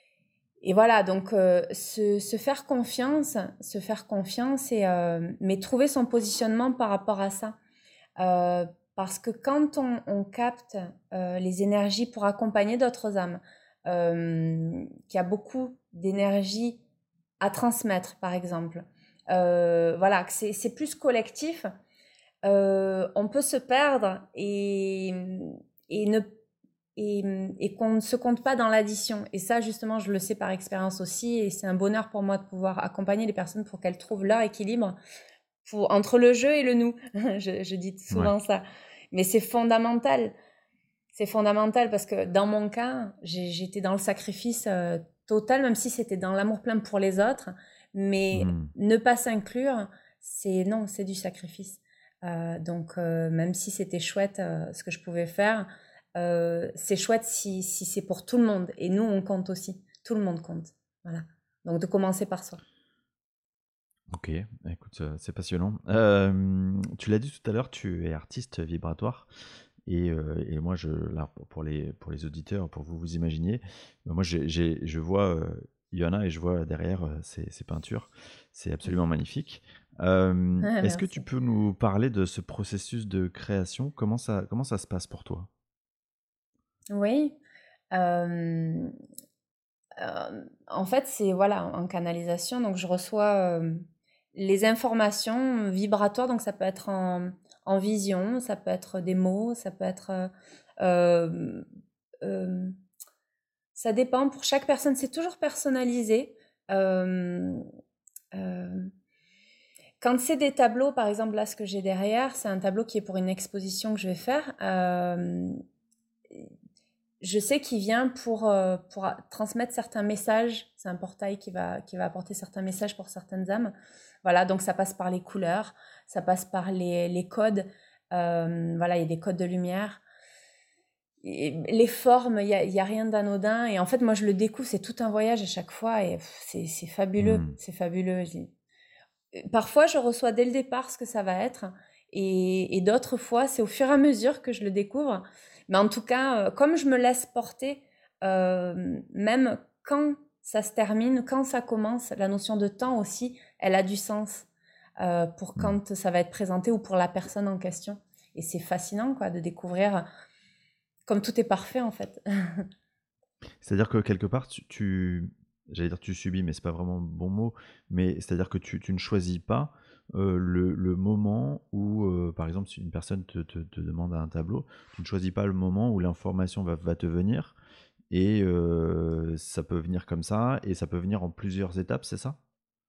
Speaker 2: et voilà, donc euh, se, se faire confiance, se faire confiance, et, euh, mais trouver son positionnement par rapport à ça. Euh, parce que quand on, on capte euh, les énergies pour accompagner d'autres âmes, euh, qu'il y a beaucoup d'énergie à transmettre, par exemple, euh, voilà, que c'est, c'est plus collectif, euh, on peut se perdre et, et ne et, et qu'on ne se compte pas dans l'addition. Et ça, justement, je le sais par expérience aussi, et c'est un bonheur pour moi de pouvoir accompagner les personnes pour qu'elles trouvent leur équilibre pour, entre le jeu et le nous. je, je dis
Speaker 1: Ouais.
Speaker 2: souvent ça. Mais c'est fondamental. C'est fondamental parce que dans mon cas, j'ai, j'étais dans le sacrifice euh, total, même si c'était dans l'amour plein pour les autres. Mais
Speaker 1: Mmh.
Speaker 2: ne pas s'inclure, c'est non, c'est du sacrifice. Euh, donc, euh, même si c'était chouette euh, ce que je pouvais faire, euh, c'est chouette si, si c'est pour tout le monde. Et nous, on compte aussi. Tout le monde compte. Voilà. Donc de commencer par soi.
Speaker 1: Ok, écoute, euh, c'est passionnant. Euh, tu l'as dit tout à l'heure, tu es artiste vibratoire. Et, euh, et moi, je, là, pour les, pour les auditeurs, pour vous vous imaginer, euh, moi, j'ai, j'ai- je vois euh, Ioana et je vois derrière euh, ses, ses peintures. C'est absolument magnifique. Euh, est-ce que tu
Speaker 2: Merci.
Speaker 1: peux nous parler de ce processus de création? Comment ça, comment ça se passe pour toi?
Speaker 2: Oui. euh, euh, En fait, c'est voilà, en canalisation. Donc, je reçois euh, les informations vibratoires. Donc, ça peut être en, en vision, ça peut être des mots, ça peut être. euh, euh, euh, Ça dépend. Pour chaque personne, c'est toujours personnalisé. Euh, euh, Quand c'est des tableaux, par exemple, là, ce que j'ai derrière, c'est un tableau qui est pour une exposition que je vais faire. Euh, je sais qu'il vient pour, euh, pour transmettre certains messages. C'est un portail qui va, qui va apporter certains messages pour certaines âmes. Voilà, donc ça passe par les couleurs, ça passe par les, les codes. Euh, voilà, il y a des codes de lumière. Et les formes, il n'y a, y a rien d'anodin. Et en fait, moi, je le découvre, c'est tout un voyage à chaque fois. Et pff, c'est c'est fabuleux,
Speaker 1: Hmm.
Speaker 2: c'est fabuleux. J'ai- Parfois, je reçois dès le départ ce que ça va être. Et, et d'autres fois, c'est au fur et à mesure que je le découvre. Mais en tout cas, euh, comme je me laisse porter, euh, même quand ça se termine, quand ça commence, la notion de temps aussi, elle a du sens euh, pour
Speaker 1: Hmm.
Speaker 2: quand ça va être présenté ou pour la personne en question. Et c'est fascinant, quoi, de découvrir comme tout est parfait, en fait.
Speaker 1: C'est-à-dire que quelque part, tu, tu- j'allais dire tu subis, mais c'est pas vraiment le bon mot, mais c'est-à-dire que tu, tu ne choisis pas euh, le, le moment où, euh, par exemple, si une personne te, te- te demande un tableau, tu ne choisis pas le moment où l'information va, va te venir, et euh, ça peut venir comme ça, et ça peut venir en plusieurs étapes, c'est ça?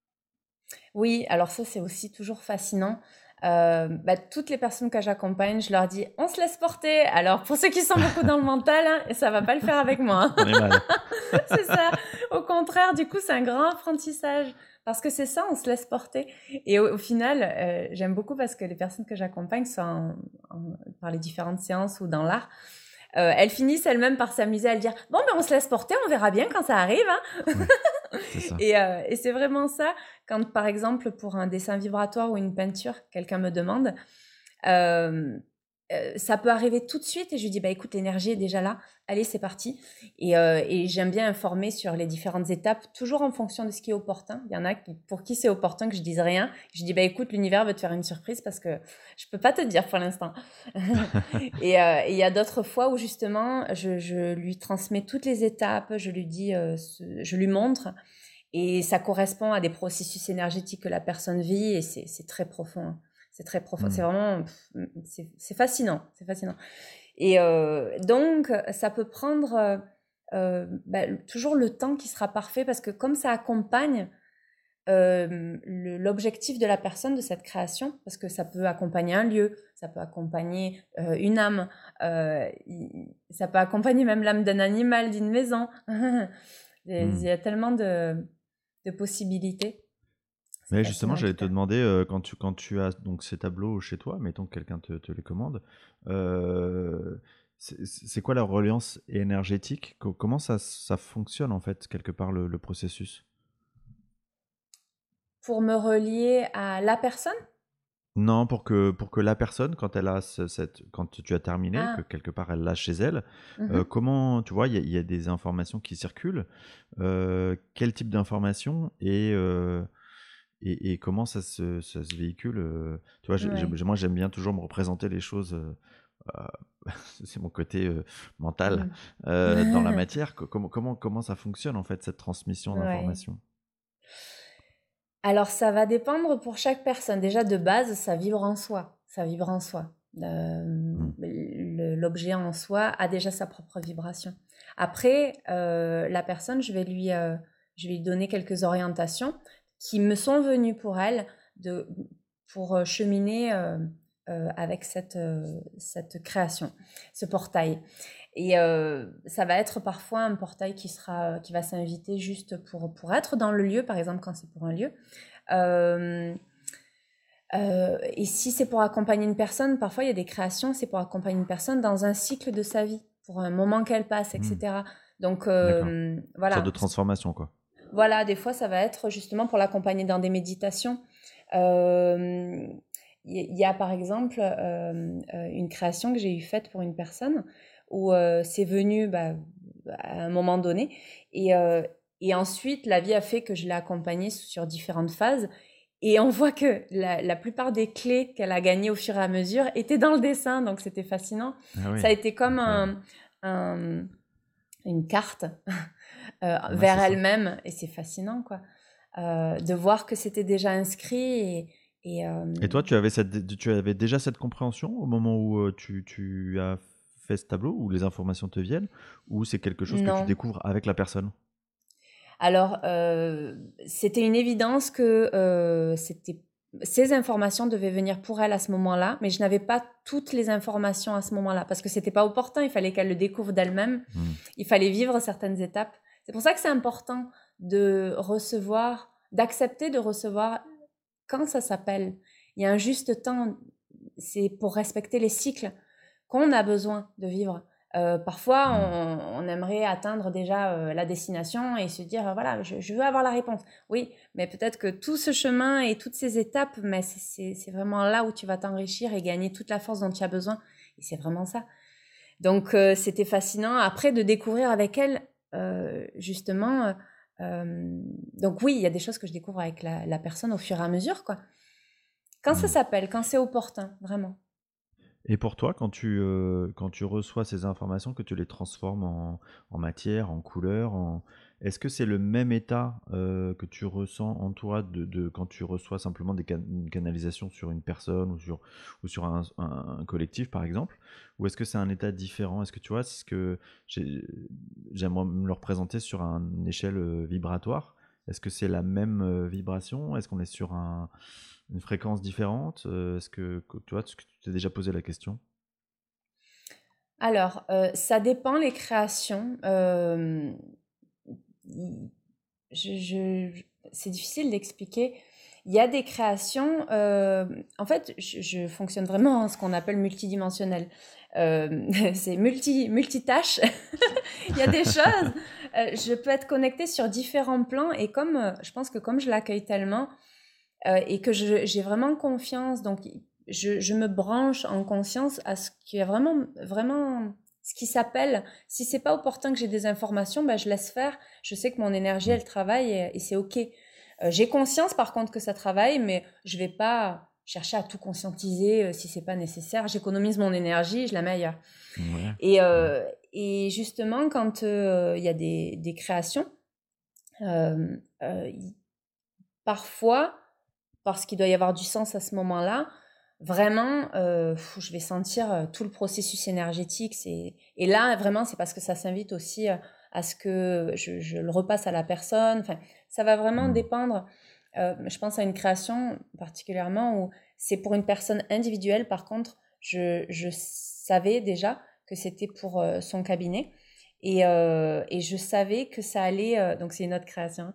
Speaker 2: Oui, alors ça, c'est aussi toujours fascinant. Euh, bah, toutes les personnes que j'accompagne, je leur dis, on se laisse porter. Alors, pour ceux qui sont beaucoup dans le mental, hein, ça va pas le faire avec moi.
Speaker 1: On est mal.
Speaker 2: C'est ça. Au contraire, du coup, c'est un grand apprentissage. Parce que c'est ça, on se laisse porter. Et au, au final, euh, j'aime beaucoup parce que les personnes que j'accompagne, soit en- en- par les différentes séances ou dans l'art, euh, elles finissent elles-mêmes par s'amuser à le dire, bon, ben on se laisse porter, on verra bien quand ça arrive, hein.
Speaker 1: Ouais, c'est ça.
Speaker 2: Et, euh, et c'est vraiment ça, quand par exemple pour un dessin vibratoire ou une peinture, quelqu'un me demande, euh, euh, ça peut arriver tout de suite et je lui dis, bah écoute, l'énergie est déjà là, allez, c'est parti. Et, euh, et j'aime bien informer sur les différentes étapes, toujours en fonction de ce qui est opportun. Il y en a qui, pour qui c'est opportun que je dise rien. Je dis, bah écoute, l'univers veut te faire une surprise parce que je peux pas te dire pour l'instant. Et euh, et il y a d'autres fois où justement, je, je lui transmets toutes les étapes, je lui dis, euh, ce- je lui montre. Et ça correspond à des processus énergétiques que la personne vit et c'est c'est très profond, hein. C'est très profond. C'est
Speaker 1: Hmm.
Speaker 2: vraiment, pff, c'est c'est fascinant, c'est fascinant. Et euh, donc, ça peut prendre euh, euh, bah, toujours le temps qui sera parfait parce que comme ça accompagne euh, le- l'objectif de la personne de cette création, parce que ça peut accompagner un lieu, ça peut accompagner euh, une âme, euh, il- ça peut accompagner même l'âme d'un animal, d'une maison. Il
Speaker 1: Hmm.
Speaker 2: y a tellement de, de possibilités. C'est
Speaker 1: Mais justement,
Speaker 2: fascinant en tout
Speaker 1: j'allais te
Speaker 2: cas.
Speaker 1: demander, euh, quand tu, quand tu as donc ces tableaux chez toi, mettons que quelqu'un te, te les commande, euh, c'est c'est quoi la reliance énergétique? Co- Comment ça, ça fonctionne en fait, quelque part, le, le processus?
Speaker 2: Pour me relier à la personne.
Speaker 1: Non, pour que, pour que la personne, quand elle a ce- cette, quand tu as terminé, que
Speaker 2: Ah,
Speaker 1: quelque part elle l'a chez elle, euh,
Speaker 2: mhm.
Speaker 1: comment, tu vois, il y, a il y a des informations qui circulent, euh, quel type d'informations et, euh, et, et comment ça se, ça se véhicule, euh, tu vois, j'ai-
Speaker 2: Ouais.
Speaker 1: j'ai- moi j'aime bien toujours me représenter les choses, euh, euh, c'est mon côté euh, mental,
Speaker 2: Mhm.
Speaker 1: euh, dans la matière. Co- Comment, comment, comment ça fonctionne en fait, cette transmission
Speaker 2: Ouais.
Speaker 1: d'informations?
Speaker 2: Alors, ça va dépendre pour chaque personne. Déjà, de base, ça vibre en soi. Ça vibre en soi. Euh,
Speaker 1: Hmm.
Speaker 2: le- L'objet en soi a déjà sa propre vibration. Après, euh, la personne, je vais lui, euh, je vais lui donner quelques orientations qui me sont venues pour elle de, pour euh, cheminer euh, euh, avec cette, euh, cette création, ce portail. Et euh, ça va être parfois un portail qui sera, qui va s'inviter juste pour, pour être dans le lieu, par exemple quand c'est pour un lieu. Euh, euh, et si c'est pour accompagner une personne, parfois il y a des créations, c'est pour accompagner une personne dans un cycle de sa vie, pour un moment qu'elle passe,
Speaker 1: Hmm.
Speaker 2: et cetera. Donc
Speaker 1: D'accord.
Speaker 2: euh,
Speaker 1: Une sorte de
Speaker 2: voilà.
Speaker 1: transformation, quoi.
Speaker 2: voilà, des fois, ça va être justement pour l'accompagner dans des méditations. Euh, Il y a par exemple euh, euh, une création que j'ai eu faite pour une personne où euh, c'est venu bah, à un moment donné et, euh, et ensuite la vie a fait que je l'ai accompagnée sur différentes phases et on voit que la, la plupart des clés qu'elle a gagnées au fur et à mesure étaient dans le dessin, donc c'était fascinant.
Speaker 1: Ah
Speaker 2: Ça
Speaker 1: oui,
Speaker 2: a été comme
Speaker 1: incroyable.
Speaker 2: un, un- une carte euh,
Speaker 1: Ouais,
Speaker 2: vers
Speaker 1: c'est ça.
Speaker 2: elle-même et c'est fascinant quoi. Euh, de voir que c'était déjà inscrit et, et, euh,
Speaker 1: Et toi, tu avais, cette, tu avais déjà cette compréhension au moment où euh, tu, tu as fait ce tableau, où les informations te viennent, ou c'est quelque chose que tu
Speaker 2: non.
Speaker 1: découvres avec la personne?
Speaker 2: Alors, euh, c'était une évidence que euh, c'était, ces informations devaient venir pour elle à ce moment-là, mais je n'avais pas toutes les informations à ce moment-là parce que c'était pas opportun. Il fallait qu'elle le découvre d'elle-même.
Speaker 1: Hmm.
Speaker 2: Il fallait vivre certaines étapes. C'est pour ça que c'est important de recevoir, d'accepter de recevoir quand ça s'appelle. Il y a un juste temps. C'est pour respecter les cycles qu'on a besoin de vivre. Euh, parfois,
Speaker 1: Hmm.
Speaker 2: on, on aimerait atteindre déjà euh, la destination et se dire, euh, voilà, je, je veux avoir la réponse. Oui, mais peut-être que tout ce chemin et toutes ces étapes, mais c'est, c'est, c'est vraiment là où tu vas t'enrichir et gagner toute la force dont tu as besoin. Et c'est vraiment ça. Donc, euh, c'était fascinant. Après, de découvrir avec elle, euh, justement, euh, euh, donc oui, il y a des choses que je découvre avec la, la personne au fur et à mesure, quoi. Quand ça
Speaker 1: Hmm.
Speaker 2: s'appelle, quand c'est opportun, vraiment.
Speaker 1: Et pour toi, quand tu, euh, quand tu reçois ces informations, que tu les transformes en, en matière, en couleur, en... est-ce que c'est le même état euh, que tu ressens en toi de, de- quand tu reçois simplement des can- une canalisation sur une personne ou sur, ou sur un, un- un collectif, par exemple? Ou est-ce que c'est un état différent? Est-ce que tu vois, c'est ce que j'ai- j'aimerais me le représenter sur un- une échelle euh, vibratoire? Est-ce que c'est la même euh, vibration? Est-ce qu'on est sur un, une fréquence différente? Euh, Est-ce que, que- tu vois, est-ce que tu t'es déjà posé la question?
Speaker 2: Alors, euh, ça dépend les créations. Euh, je, je- c'est difficile d'expliquer. Il y a des créations. Euh, en fait, je, je fonctionne vraiment en ce qu'on appelle multidimensionnel. Euh, c'est multi, multitâche. Il y a des choses. Euh, je peux être connectée sur différents plans et comme euh, je pense que comme je l'accueille tellement euh, et que je- j'ai vraiment confiance, donc je, je me branche en conscience à ce qui est vraiment, vraiment ce qui s'appelle. Si c'est pas opportun que j'ai des informations, ben je laisse faire. Je sais que mon énergie,
Speaker 1: Mm.
Speaker 2: elle travaille et, et c'est ok. Euh, j'ai conscience par contre que ça travaille, mais je vais pas chercher à tout conscientiser euh, si c'est pas nécessaire. J'économise mon énergie, je la mets ailleurs.
Speaker 1: Ouais,
Speaker 2: Et,
Speaker 1: ouais.
Speaker 2: euh, et justement, quand euh, il y a des, des créations, euh, euh, y- parfois, parce qu'il doit y avoir du sens à ce moment-là, vraiment, euh, pff, je vais sentir euh, tout le processus énergétique. C'est... Et là, vraiment, c'est parce que ça s'invite aussi euh, à ce que je, je le repasse à la personne. Enfin, ça va vraiment
Speaker 1: Mm.
Speaker 2: dépendre. Euh, je pense à une création particulièrement où c'est pour une personne individuelle. Par contre, je, je savais déjà que c'était pour euh, son cabinet. Et, euh, et je savais que ça allait... euh, donc, c'est une autre création.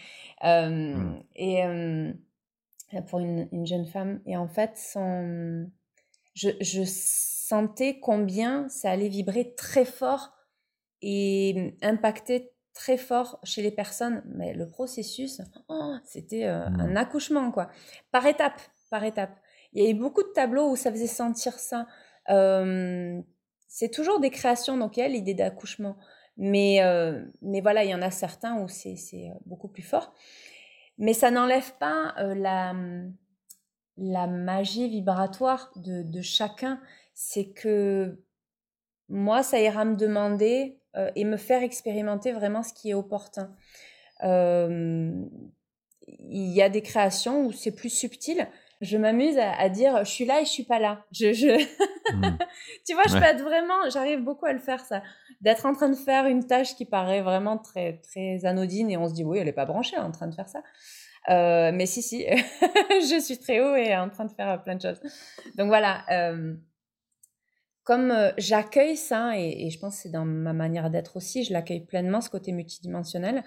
Speaker 1: Mm.
Speaker 2: Euh, et... euh, pour une, une jeune femme. Et en fait, son... je, je sentais combien ça allait vibrer très fort et impacter très fort chez les personnes. Mais le processus, oh, c'était euh, un
Speaker 1: Mm.
Speaker 2: accouchement, quoi. Par étape, par étape. Il y a eu beaucoup de tableaux où ça faisait sentir ça. Euh, c'est toujours des créations, donc il y a l'idée d'accouchement. Mais, euh, mais voilà, il y en a certains où c'est, c'est beaucoup plus fort. Mais ça n'enlève pas euh, la, la magie vibratoire de, de chacun. C'est que moi, ça ira me demander euh, et me faire expérimenter vraiment ce qui est opportun. Euh, il y a des créations où c'est plus subtil. Je m'amuse à, à dire je suis là et je suis pas là. Je, je...
Speaker 1: Mm.
Speaker 2: tu vois, je peux
Speaker 1: Ouais.
Speaker 2: être vraiment, j'arrive beaucoup à le faire ça, d'être en train de faire une tâche qui paraît vraiment très très anodine et on se dit oui, elle est pas branchée en train de faire ça. Euh, mais si, si, je suis très haut et en train de faire plein de choses. Donc voilà, euh, comme euh, j'accueille ça, et, et je pense que c'est dans ma manière d'être aussi, je l'accueille pleinement, ce côté multidimensionnel.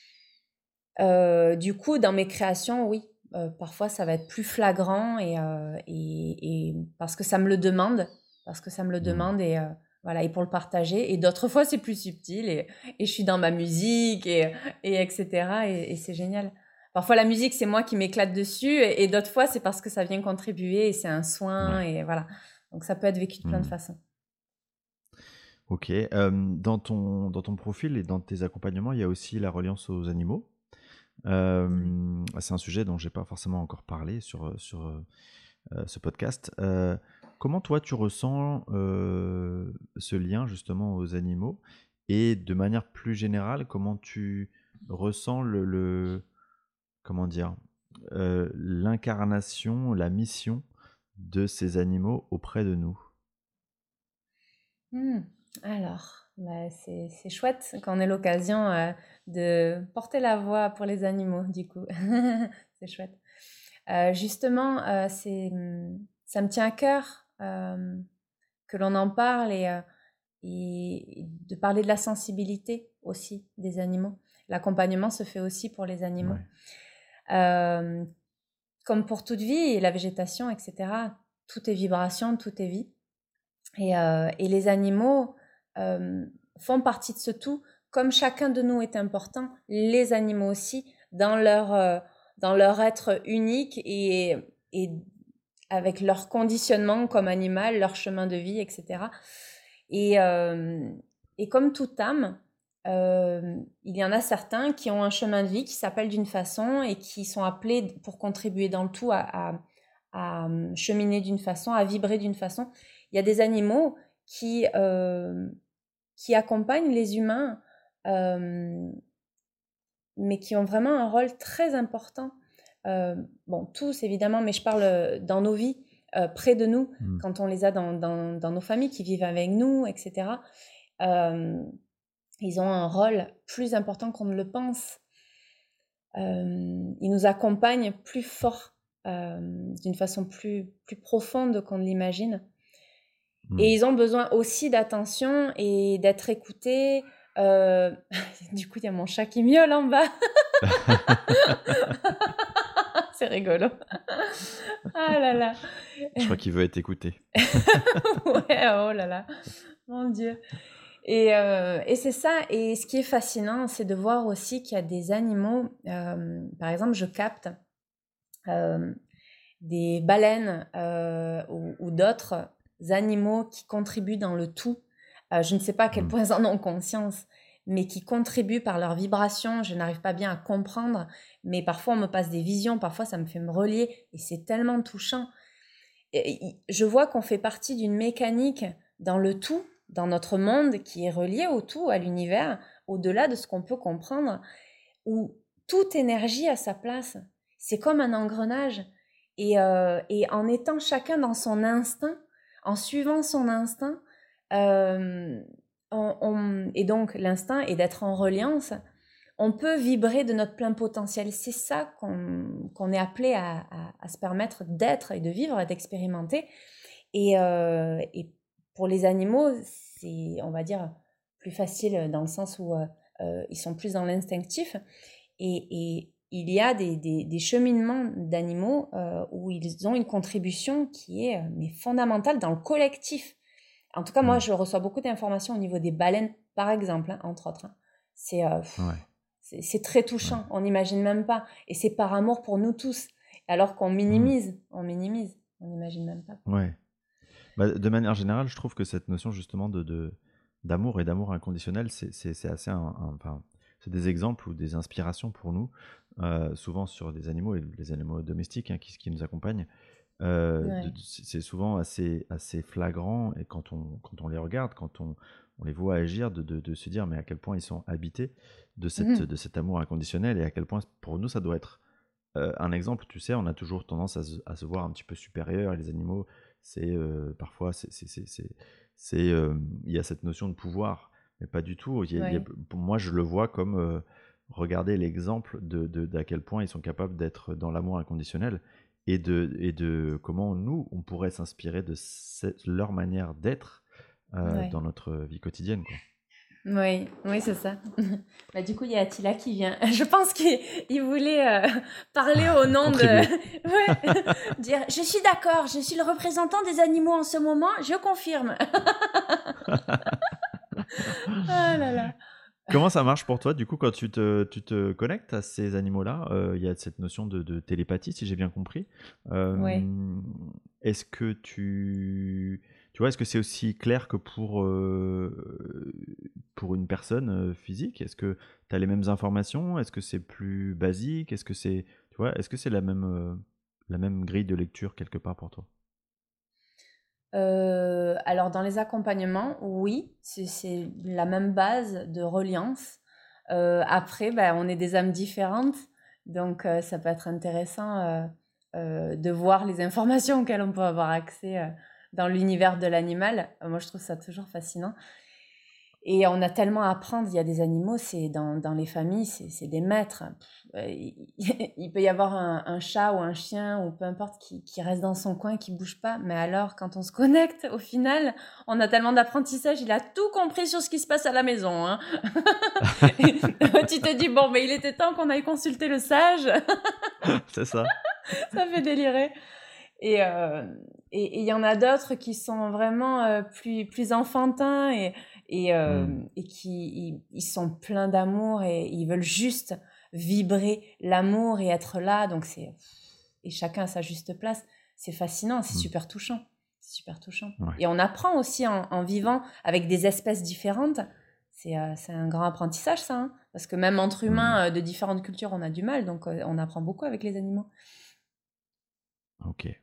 Speaker 2: Euh, du coup, dans mes créations, oui, euh, parfois ça va être plus flagrant et, euh, et, et parce que ça me le demande, parce que ça me le
Speaker 1: Mm.
Speaker 2: demande et euh, voilà, et pour le partager. Et d'autres fois, c'est plus subtil et, et je suis dans ma musique et, et etc. Et, et c'est génial. Parfois, la musique, c'est moi qui m'éclate dessus et, et d'autres fois, c'est parce que ça vient contribuer et c'est un soin
Speaker 1: Ouais.
Speaker 2: et voilà. Donc, ça peut être vécu de plein de
Speaker 1: Mmh.
Speaker 2: façons.
Speaker 1: Ok. Euh, dans ton, dans ton profil et dans tes accompagnements, il y a aussi la reliance aux animaux.
Speaker 2: Ouais.
Speaker 1: Euh, c'est un sujet dont j'ai pas forcément encore parlé sur, sur euh, ce podcast. Euh, comment toi tu ressens euh, ce lien justement aux animaux et de manière plus générale, comment tu ressens le, le comment dire euh, l'incarnation, la mission de ces animaux auprès de nous?
Speaker 2: Hmm. Alors, bah, c'est, c'est chouette qu'on ait l'occasion euh, de porter la voix pour les animaux, du coup. C'est chouette. Euh, justement, euh, c'est, hum, ça me tient à cœur euh, que l'on en parle et, euh, et de parler de la sensibilité aussi des animaux. L'accompagnement se fait aussi pour les animaux.
Speaker 1: Ouais.
Speaker 2: Euh, Comme pour toute vie, la végétation, et cetera, tout est vibration, tout est vie. Et, euh, et les animaux euh, font partie de ce tout. Comme chacun de nous est important, les animaux aussi, dans leur, euh, dans leur être unique et, et avec leur conditionnement comme animal, leur chemin de vie, et cetera. Et, euh, et comme toute âme, euh, il y en a certains qui ont un chemin de vie qui s'appelle d'une façon et qui sont appelés pour contribuer dans le tout à, à, à cheminer d'une façon, à vibrer d'une façon. Il y a des animaux qui, euh, qui accompagnent les humains, euh, mais qui ont vraiment un rôle très important. Euh, bon, tous évidemment, mais je parle dans nos vies, euh, près de nous,
Speaker 1: Mm.
Speaker 2: quand on les a dans, dans, dans nos familles, qui vivent avec nous, et cetera. Euh, ils ont un rôle plus important qu'on ne le pense. Euh, ils nous accompagnent plus fort, euh, d'une façon plus, plus profonde qu'on ne l'imagine.
Speaker 1: Mm.
Speaker 2: Et ils ont besoin aussi d'attention et d'être écoutés. Euh... Du coup, il y a mon chat qui miaule en bas. C'est rigolo. Ah là là.
Speaker 1: Je crois qu'il veut être écouté.
Speaker 2: Ouais, oh là là. Mon Dieu. Et, euh, et c'est ça. Et ce qui est fascinant, c'est de voir aussi qu'il y a des animaux. Euh, par exemple, je capte euh, des baleines euh, ou, ou d'autres animaux qui contribuent dans le tout. Euh, je ne sais pas à quel
Speaker 1: Mm.
Speaker 2: point ils en ont conscience, mais qui contribuent par leur vibration. Je n'arrive pas bien à comprendre, mais parfois on me passe des visions, parfois ça me fait me relier, et c'est tellement touchant. Et, et, je vois qu'on fait partie d'une mécanique dans le tout, dans notre monde qui est relié au tout, à l'univers, au-delà de ce qu'on peut comprendre, où toute énergie a sa place. C'est comme un engrenage. Et, euh, et en étant chacun dans son instinct, en suivant son instinct, euh, on, on, et donc l'instinct est d'être en reliance, on peut vibrer de notre plein potentiel. C'est ça qu'on qu'on est appelé à, à, à se permettre d'être et de vivre, d'expérimenter. Et, euh, et pour les animaux, c'est, on va dire, plus facile dans le sens où euh, ils sont plus dans l'instinctif. Et, et il y a des, des, des cheminements d'animaux euh, où ils ont une contribution qui est euh, mais fondamentale dans le collectif. En tout cas, moi,
Speaker 1: Mm.
Speaker 2: je reçois beaucoup d'informations au niveau des baleines, par exemple, hein, entre autres. Hein. C'est, euh,
Speaker 1: Ouais.
Speaker 2: c'est, c'est très touchant,
Speaker 1: Ouais.
Speaker 2: on n'imagine même pas. Et c'est par amour pour nous tous. Alors qu'on
Speaker 1: Mm.
Speaker 2: minimise, on minimise, on n'imagine même pas.
Speaker 1: Ouais. Bah, de manière générale, je trouve que cette notion justement de, de- d'amour et d'amour inconditionnel, c'est, c'est, c'est assez un- un- enfin, c'est des exemples ou des inspirations pour nous, euh, souvent sur des animaux et les animaux domestiques hein, qui, qui nous accompagnent. Euh, de-
Speaker 2: Ouais.
Speaker 1: de- c'est c'est souvent assez, assez flagrant et quand on, quand on les regarde, quand on, on les voit agir, de, de- de se dire mais à quel point ils sont habités de, cette,
Speaker 2: Mhm.
Speaker 1: de cet amour inconditionnel et à quel point pour nous ça doit être euh, un exemple. Tu sais, on a toujours tendance à se, à se voir un petit peu supérieur et les animaux, c'est euh, parfois, c'est, c'est, c'est, c'est- c'est, euh, il y a cette notion de pouvoir, mais pas du tout. Il y a- il y a-
Speaker 2: Ouais.
Speaker 1: pour moi, je le vois comme euh, regarder l'exemple de, de- d'à quel point ils sont capables d'être dans l'amour inconditionnel et de, et de comment nous, on pourrait s'inspirer de cette- leur manière d'être euh,
Speaker 2: Ouais.
Speaker 1: dans notre vie quotidienne, quoi.
Speaker 2: Oui, oui, c'est ça. Bah, du coup, il y a Attila qui vient. Je pense qu'il il voulait euh, parler au nom de...
Speaker 1: Contribuer.
Speaker 2: Ouais, dire, je suis d'accord, je suis le représentant des animaux en ce moment, je confirme. Ah là là.
Speaker 1: Comment ça marche pour toi, du coup, quand tu te, tu te connectes à ces animaux-là? Euh, Il y a cette notion de, de télépathie, si j'ai bien compris.
Speaker 2: Ouais.
Speaker 1: Euh, est-ce que tu, tu vois, est-ce que c'est aussi clair que pour, euh, pour une personne euh, physique? Est-ce que tu as les mêmes informations? Est-ce que c'est plus basique? Est-ce que c'est, tu vois, est-ce que c'est la même, euh, la même grille de lecture quelque part pour toi?
Speaker 2: Euh, alors, dans les accompagnements, oui, c'est c'est la même base de reliance. Euh, après, ben, on est des âmes différentes, donc euh, ça peut être intéressant euh, euh, de voir les informations auxquelles on peut avoir accès euh, dans l'univers de l'animal. Euh, moi, je trouve ça toujours fascinant. Et on a tellement à apprendre. Il y a des animaux, c'est dans, dans les familles, c'est c'est des maîtres. Pff, euh, il, il peut y avoir un, un chat ou un chien ou peu importe qui, qui reste dans son coin, qui bouge pas. Mais alors, quand on se connecte, au final, on a tellement d'apprentissage. Il a tout compris sur ce qui se passe à la maison. Hein. Tu te dis, bon, mais il était temps qu'on aille consulter le sage.
Speaker 1: C'est ça.
Speaker 2: Ça fait délirer. Et euh, et il y en a d'autres qui sont vraiment euh, plus, plus enfantins et, et, euh,
Speaker 1: Hmm.
Speaker 2: et qui ils, ils sont pleins d'amour et ils veulent juste vibrer l'amour et être là. Donc c'est et chacun à sa juste place. C'est fascinant, c'est
Speaker 1: Hmm.
Speaker 2: super touchant. C'est super touchant.
Speaker 1: Ouais.
Speaker 2: Et on apprend aussi en, en vivant avec des espèces différentes. C'est euh, c'est un grand apprentissage, ça. Hein, parce que même entre
Speaker 1: Hmm.
Speaker 2: humains euh, de différentes cultures, on a du mal. Donc euh, on apprend beaucoup avec les animaux.
Speaker 1: Ok.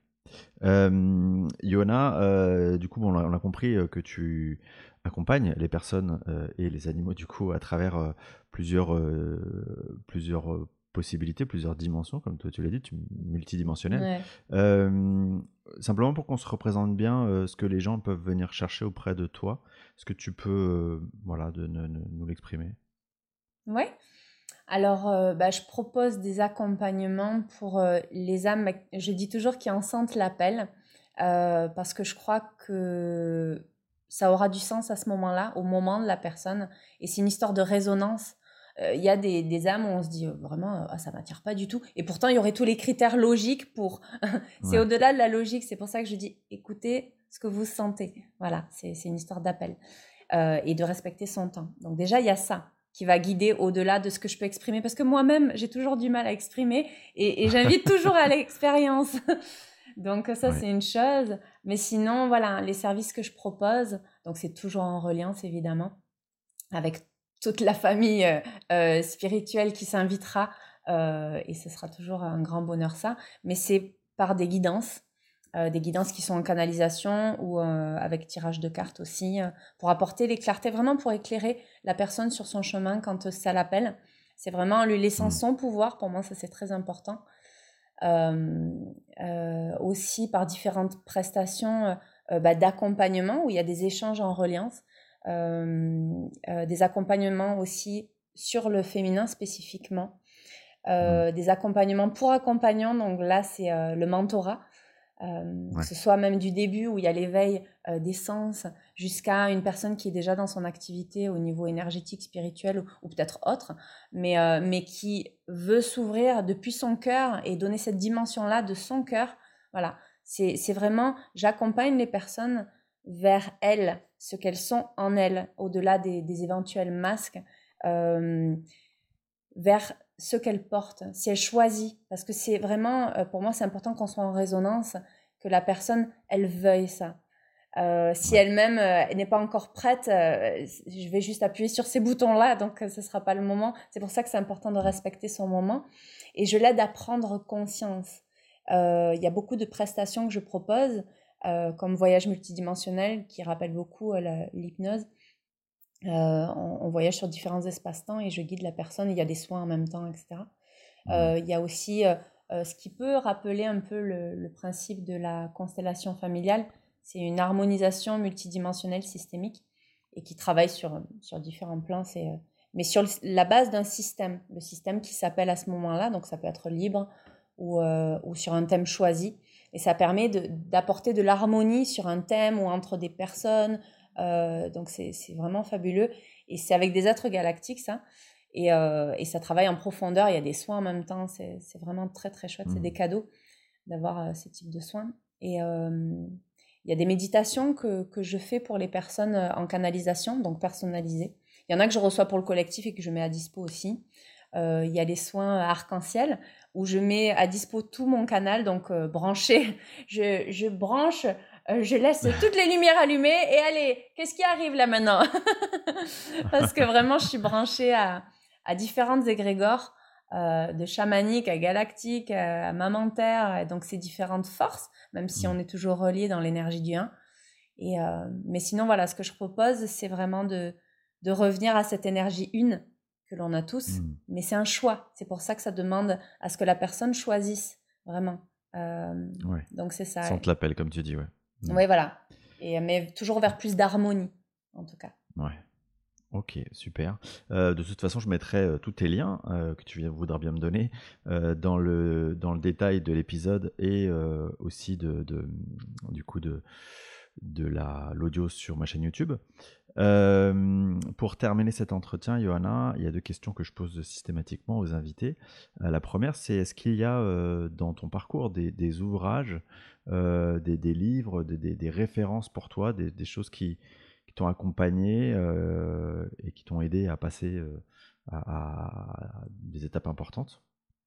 Speaker 1: Euh, Johanna, euh, du coup, bon, on a, on a compris euh, que tu accompagnes les personnes euh, et les animaux du coup à travers euh, plusieurs, euh, plusieurs euh, possibilités, plusieurs dimensions, comme toi tu l'as dit, tu multidimensionnel.
Speaker 2: Ouais.
Speaker 1: Euh, Simplement pour qu'on se représente bien euh, ce que les gens peuvent venir chercher auprès de toi, est-ce que tu peux euh, voilà, de, ne- ne- nous l'exprimer?
Speaker 2: Ouais. Alors, euh, bah, je propose des accompagnements pour euh, les âmes, je dis toujours qui en sentent l'appel, euh, parce que je crois que ça aura du sens à ce moment-là, au moment de la personne. Et c'est une histoire de résonance. Euh, Il y a des, des âmes où on se dit euh, vraiment, euh, ah, ça m'attire pas du tout. Et pourtant, il y aurait tous les critères logiques pour... C'est
Speaker 1: Ouais.
Speaker 2: au-delà de la logique, c'est pour ça que je dis, écoutez ce que vous sentez. Voilà, c'est c'est une histoire d'appel euh, et de respecter son temps. Donc déjà, il y a ça qui va guider au-delà de ce que je peux exprimer. Parce que moi-même, j'ai toujours du mal à exprimer et, et j'invite toujours à l'expérience. Donc ça,
Speaker 1: Ouais.
Speaker 2: c'est une chose. Mais sinon, voilà, les services que je propose, donc c'est toujours en reliance, évidemment, avec toute la famille euh, euh, spirituelle qui s'invitera. Euh, et ce sera toujours un grand bonheur, ça. Mais c'est par des guidances euh, des guidances qui sont en canalisation ou euh, avec tirage de cartes aussi, euh, pour apporter les clartés, vraiment pour éclairer la personne sur son chemin quand euh, ça l'appelle. C'est vraiment en lui laissant
Speaker 1: Hmm.
Speaker 2: son pouvoir, pour moi ça c'est très important. Euh, euh, aussi par différentes prestations euh, bah, d'accompagnement où il y a des échanges en reliance, euh, euh, des accompagnements aussi sur le féminin spécifiquement,
Speaker 1: Hmm.
Speaker 2: euh, des accompagnements pour accompagnants, donc là c'est euh, le mentorat, euh, que
Speaker 1: Ouais.
Speaker 2: ce soit même du début où il y a l'éveil euh, des sens jusqu'à une personne qui est déjà dans son activité au niveau énergétique, spirituel ou, ou peut-être autre, mais, euh, mais qui veut s'ouvrir depuis son cœur et donner cette dimension-là de son cœur. Voilà, c'est, c'est vraiment, j'accompagne les personnes vers elles, ce qu'elles sont en elles, au-delà des, des éventuels masques, euh, vers ce qu'elle porte, si elle choisit. Parce que c'est vraiment, euh, pour moi, c'est important qu'on soit en résonance, que la personne, elle veuille ça. Euh, si
Speaker 1: Ouais.
Speaker 2: elle-même euh, n'est pas encore prête, euh, je vais juste appuyer sur ces boutons-là, donc euh, ce ne sera pas le moment. C'est pour ça que c'est important de
Speaker 1: Hmm.
Speaker 2: respecter son moment. Et je l'aide à prendre conscience. Euh, Il y a beaucoup de prestations que je propose, euh, comme voyage multidimensionnel, qui rappelle beaucoup euh, la- l'hypnose. Euh, on, on voyage sur différents espaces-temps et je guide la personne. Il y a des soins en même temps, et cetera.
Speaker 1: Hmm.
Speaker 2: Euh, il y a aussi euh, euh, ce qui peut rappeler un peu le, le principe de la constellation familiale. C'est une harmonisation multidimensionnelle systémique et qui travaille sur, sur différents plans. C'est, euh, mais sur le- la base d'un système, le système qui s'appelle à ce moment-là, donc ça peut être libre ou, euh, ou sur un thème choisi. Et ça permet de, d'apporter de l'harmonie sur un thème ou entre des personnes, Euh, donc c'est, c'est vraiment fabuleux. Et c'est avec des êtres galactiques, ça. Et, euh, et ça travaille en profondeur. Il y a des soins en même temps. C'est, c'est vraiment très, très chouette. C'est des
Speaker 1: Mmh.
Speaker 2: cadeaux d'avoir euh, ces types de soins. Et euh, il y a des méditations que, que je fais pour les personnes euh, en canalisation, donc personnalisées. Il y en a que je reçois pour le collectif et que je mets à dispo aussi. Euh, il y a les soins arc-en-ciel où je mets à dispo tout mon canal, donc euh, branché. Je, je branche, euh, je laisse toutes les lumières allumées et allez, qu'est-ce qui arrive là maintenant? Parce que vraiment, je suis branchée à, à différentes égrégores, euh, de chamanique à galactique, à, à maman terre, et donc ces différentes forces, même si on
Speaker 1: Mmh.
Speaker 2: est toujours relié dans l'énergie du un. Et, euh, mais sinon, voilà, ce que je propose, c'est vraiment de, de revenir à cette énergie une que l'on a tous,
Speaker 1: Mmh.
Speaker 2: mais c'est un choix. C'est pour ça que ça demande à ce que la personne choisisse, vraiment. Euh,
Speaker 1: Ouais.
Speaker 2: donc c'est ça.
Speaker 1: Sente l'appel, comme tu dis, ouais. Mmh.
Speaker 2: Oui, voilà. Et, mais toujours vers plus d'harmonie, en tout cas.
Speaker 1: Ouais. Ok, super. Euh, de toute façon, je mettrai euh, tous tes liens euh, que tu viens- voudras bien me donner euh, dans le, dans le détail de l'épisode et euh, aussi de, de- du coup de, de la, l'audio sur ma chaîne YouTube. Euh, pour terminer cet entretien, Johanna, il y a deux questions que je pose systématiquement aux invités. Euh, la première, c'est est-ce qu'il y a euh, dans ton parcours des, des ouvrages, euh, des, des livres, des, des- des références pour toi, des, des choses qui, qui t'ont accompagné euh, et qui t'ont aidé à passer euh, à, à des étapes importantes?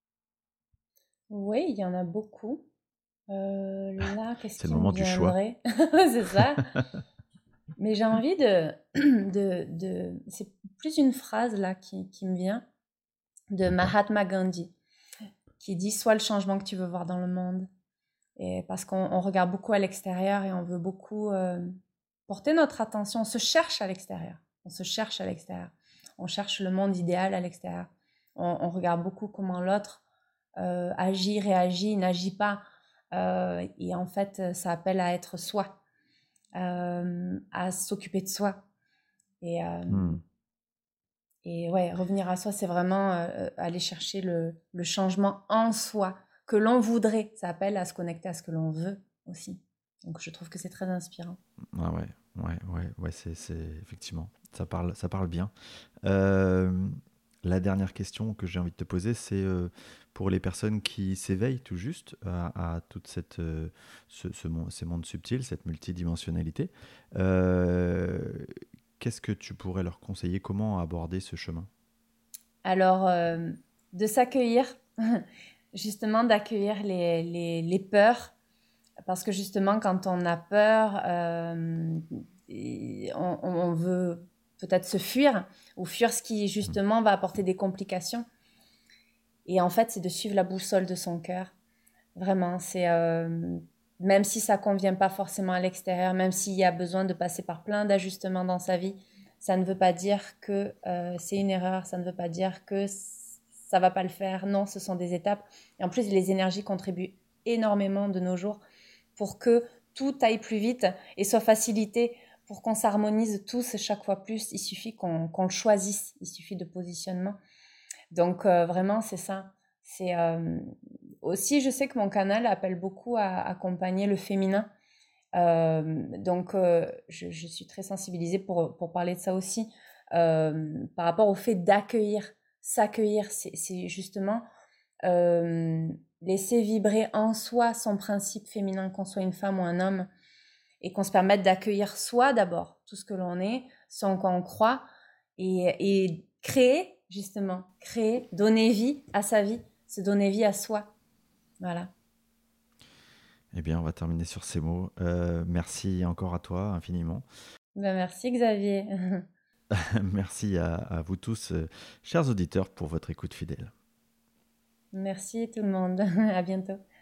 Speaker 2: Oui, il y en a beaucoup. Euh, là, qu'est-ce
Speaker 1: C'est le
Speaker 2: qui me
Speaker 1: moment du choix.
Speaker 2: viendrait? C'est ça. Mais j'ai envie de, de, de... C'est plus une phrase là qui, qui me vient de
Speaker 1: D'accord.
Speaker 2: Mahatma Gandhi, qui dit sois le changement que tu veux voir dans le monde. Et parce qu'on on regarde beaucoup à l'extérieur et on veut beaucoup euh, porter notre attention. On se cherche à l'extérieur. On se cherche à l'extérieur. On cherche le monde idéal à l'extérieur. On, on regarde beaucoup comment l'autre euh, agit, réagit, n'agit pas. Euh, et en fait, ça appelle à être soi, euh, à s'occuper de soi. Et, euh,
Speaker 1: Hmm.
Speaker 2: et ouais, revenir à soi, c'est vraiment euh, aller chercher le, le changement en soi que l'on voudrait. Ça appelle à se connecter à ce que l'on veut aussi. Donc je trouve que c'est très inspirant.
Speaker 1: Ah ouais, ouais, ouais, ouais, c'est, c'est effectivement, ça parle, ça parle bien. Euh, la dernière question que j'ai envie de te poser, c'est euh, pour les personnes qui s'éveillent tout juste à, à toute cette, euh, ce, ce mon- ces mondes subtils, cette multidimensionnalité. euh, Qu'est-ce que tu pourrais leur conseiller? Comment aborder ce chemin?
Speaker 2: Alors, euh, de s'accueillir, justement d'accueillir les, les, les peurs, parce que justement quand on a peur, euh, et on, on veut peut-être se fuir, ou fuir ce qui
Speaker 1: Mm.
Speaker 2: justement va apporter des complications. Et en fait, c'est de suivre la boussole de son cœur. Vraiment, c'est euh, même si ça convient pas forcément à l'extérieur, même s'il y a besoin de passer par plein d'ajustements dans sa vie, ça ne veut pas dire que euh, c'est une erreur, ça ne veut pas dire que c- ça va pas le faire. Non, ce sont des étapes. Et en plus, les énergies contribuent énormément de nos jours pour que tout aille plus vite et soit facilité, pour qu'on s'harmonise tous chaque fois plus. Il suffit qu'on qu'on le choisisse, il suffit de positionnement. Donc euh, vraiment, c'est ça. C'est euh, aussi, je sais que mon canal appelle beaucoup à accompagner le féminin. Euh, donc, euh, je, je suis très sensibilisée pour, pour parler de ça aussi. Euh, par rapport au fait d'accueillir, s'accueillir, c'est, c'est justement euh, laisser vibrer en soi son principe féminin, qu'on soit une femme ou un homme, et qu'on se permette d'accueillir soi d'abord, tout ce que l'on est, ce en quoi on croit, et, et créer, justement, créer, donner vie à sa vie, se donner vie à soi. Voilà.
Speaker 1: Eh bien, on va terminer sur ces mots. Euh, merci encore à toi infiniment.
Speaker 2: Ben merci Xavier.
Speaker 1: Merci à, à vous tous, euh, chers auditeurs, pour votre écoute fidèle.
Speaker 2: Merci tout le monde. À bientôt.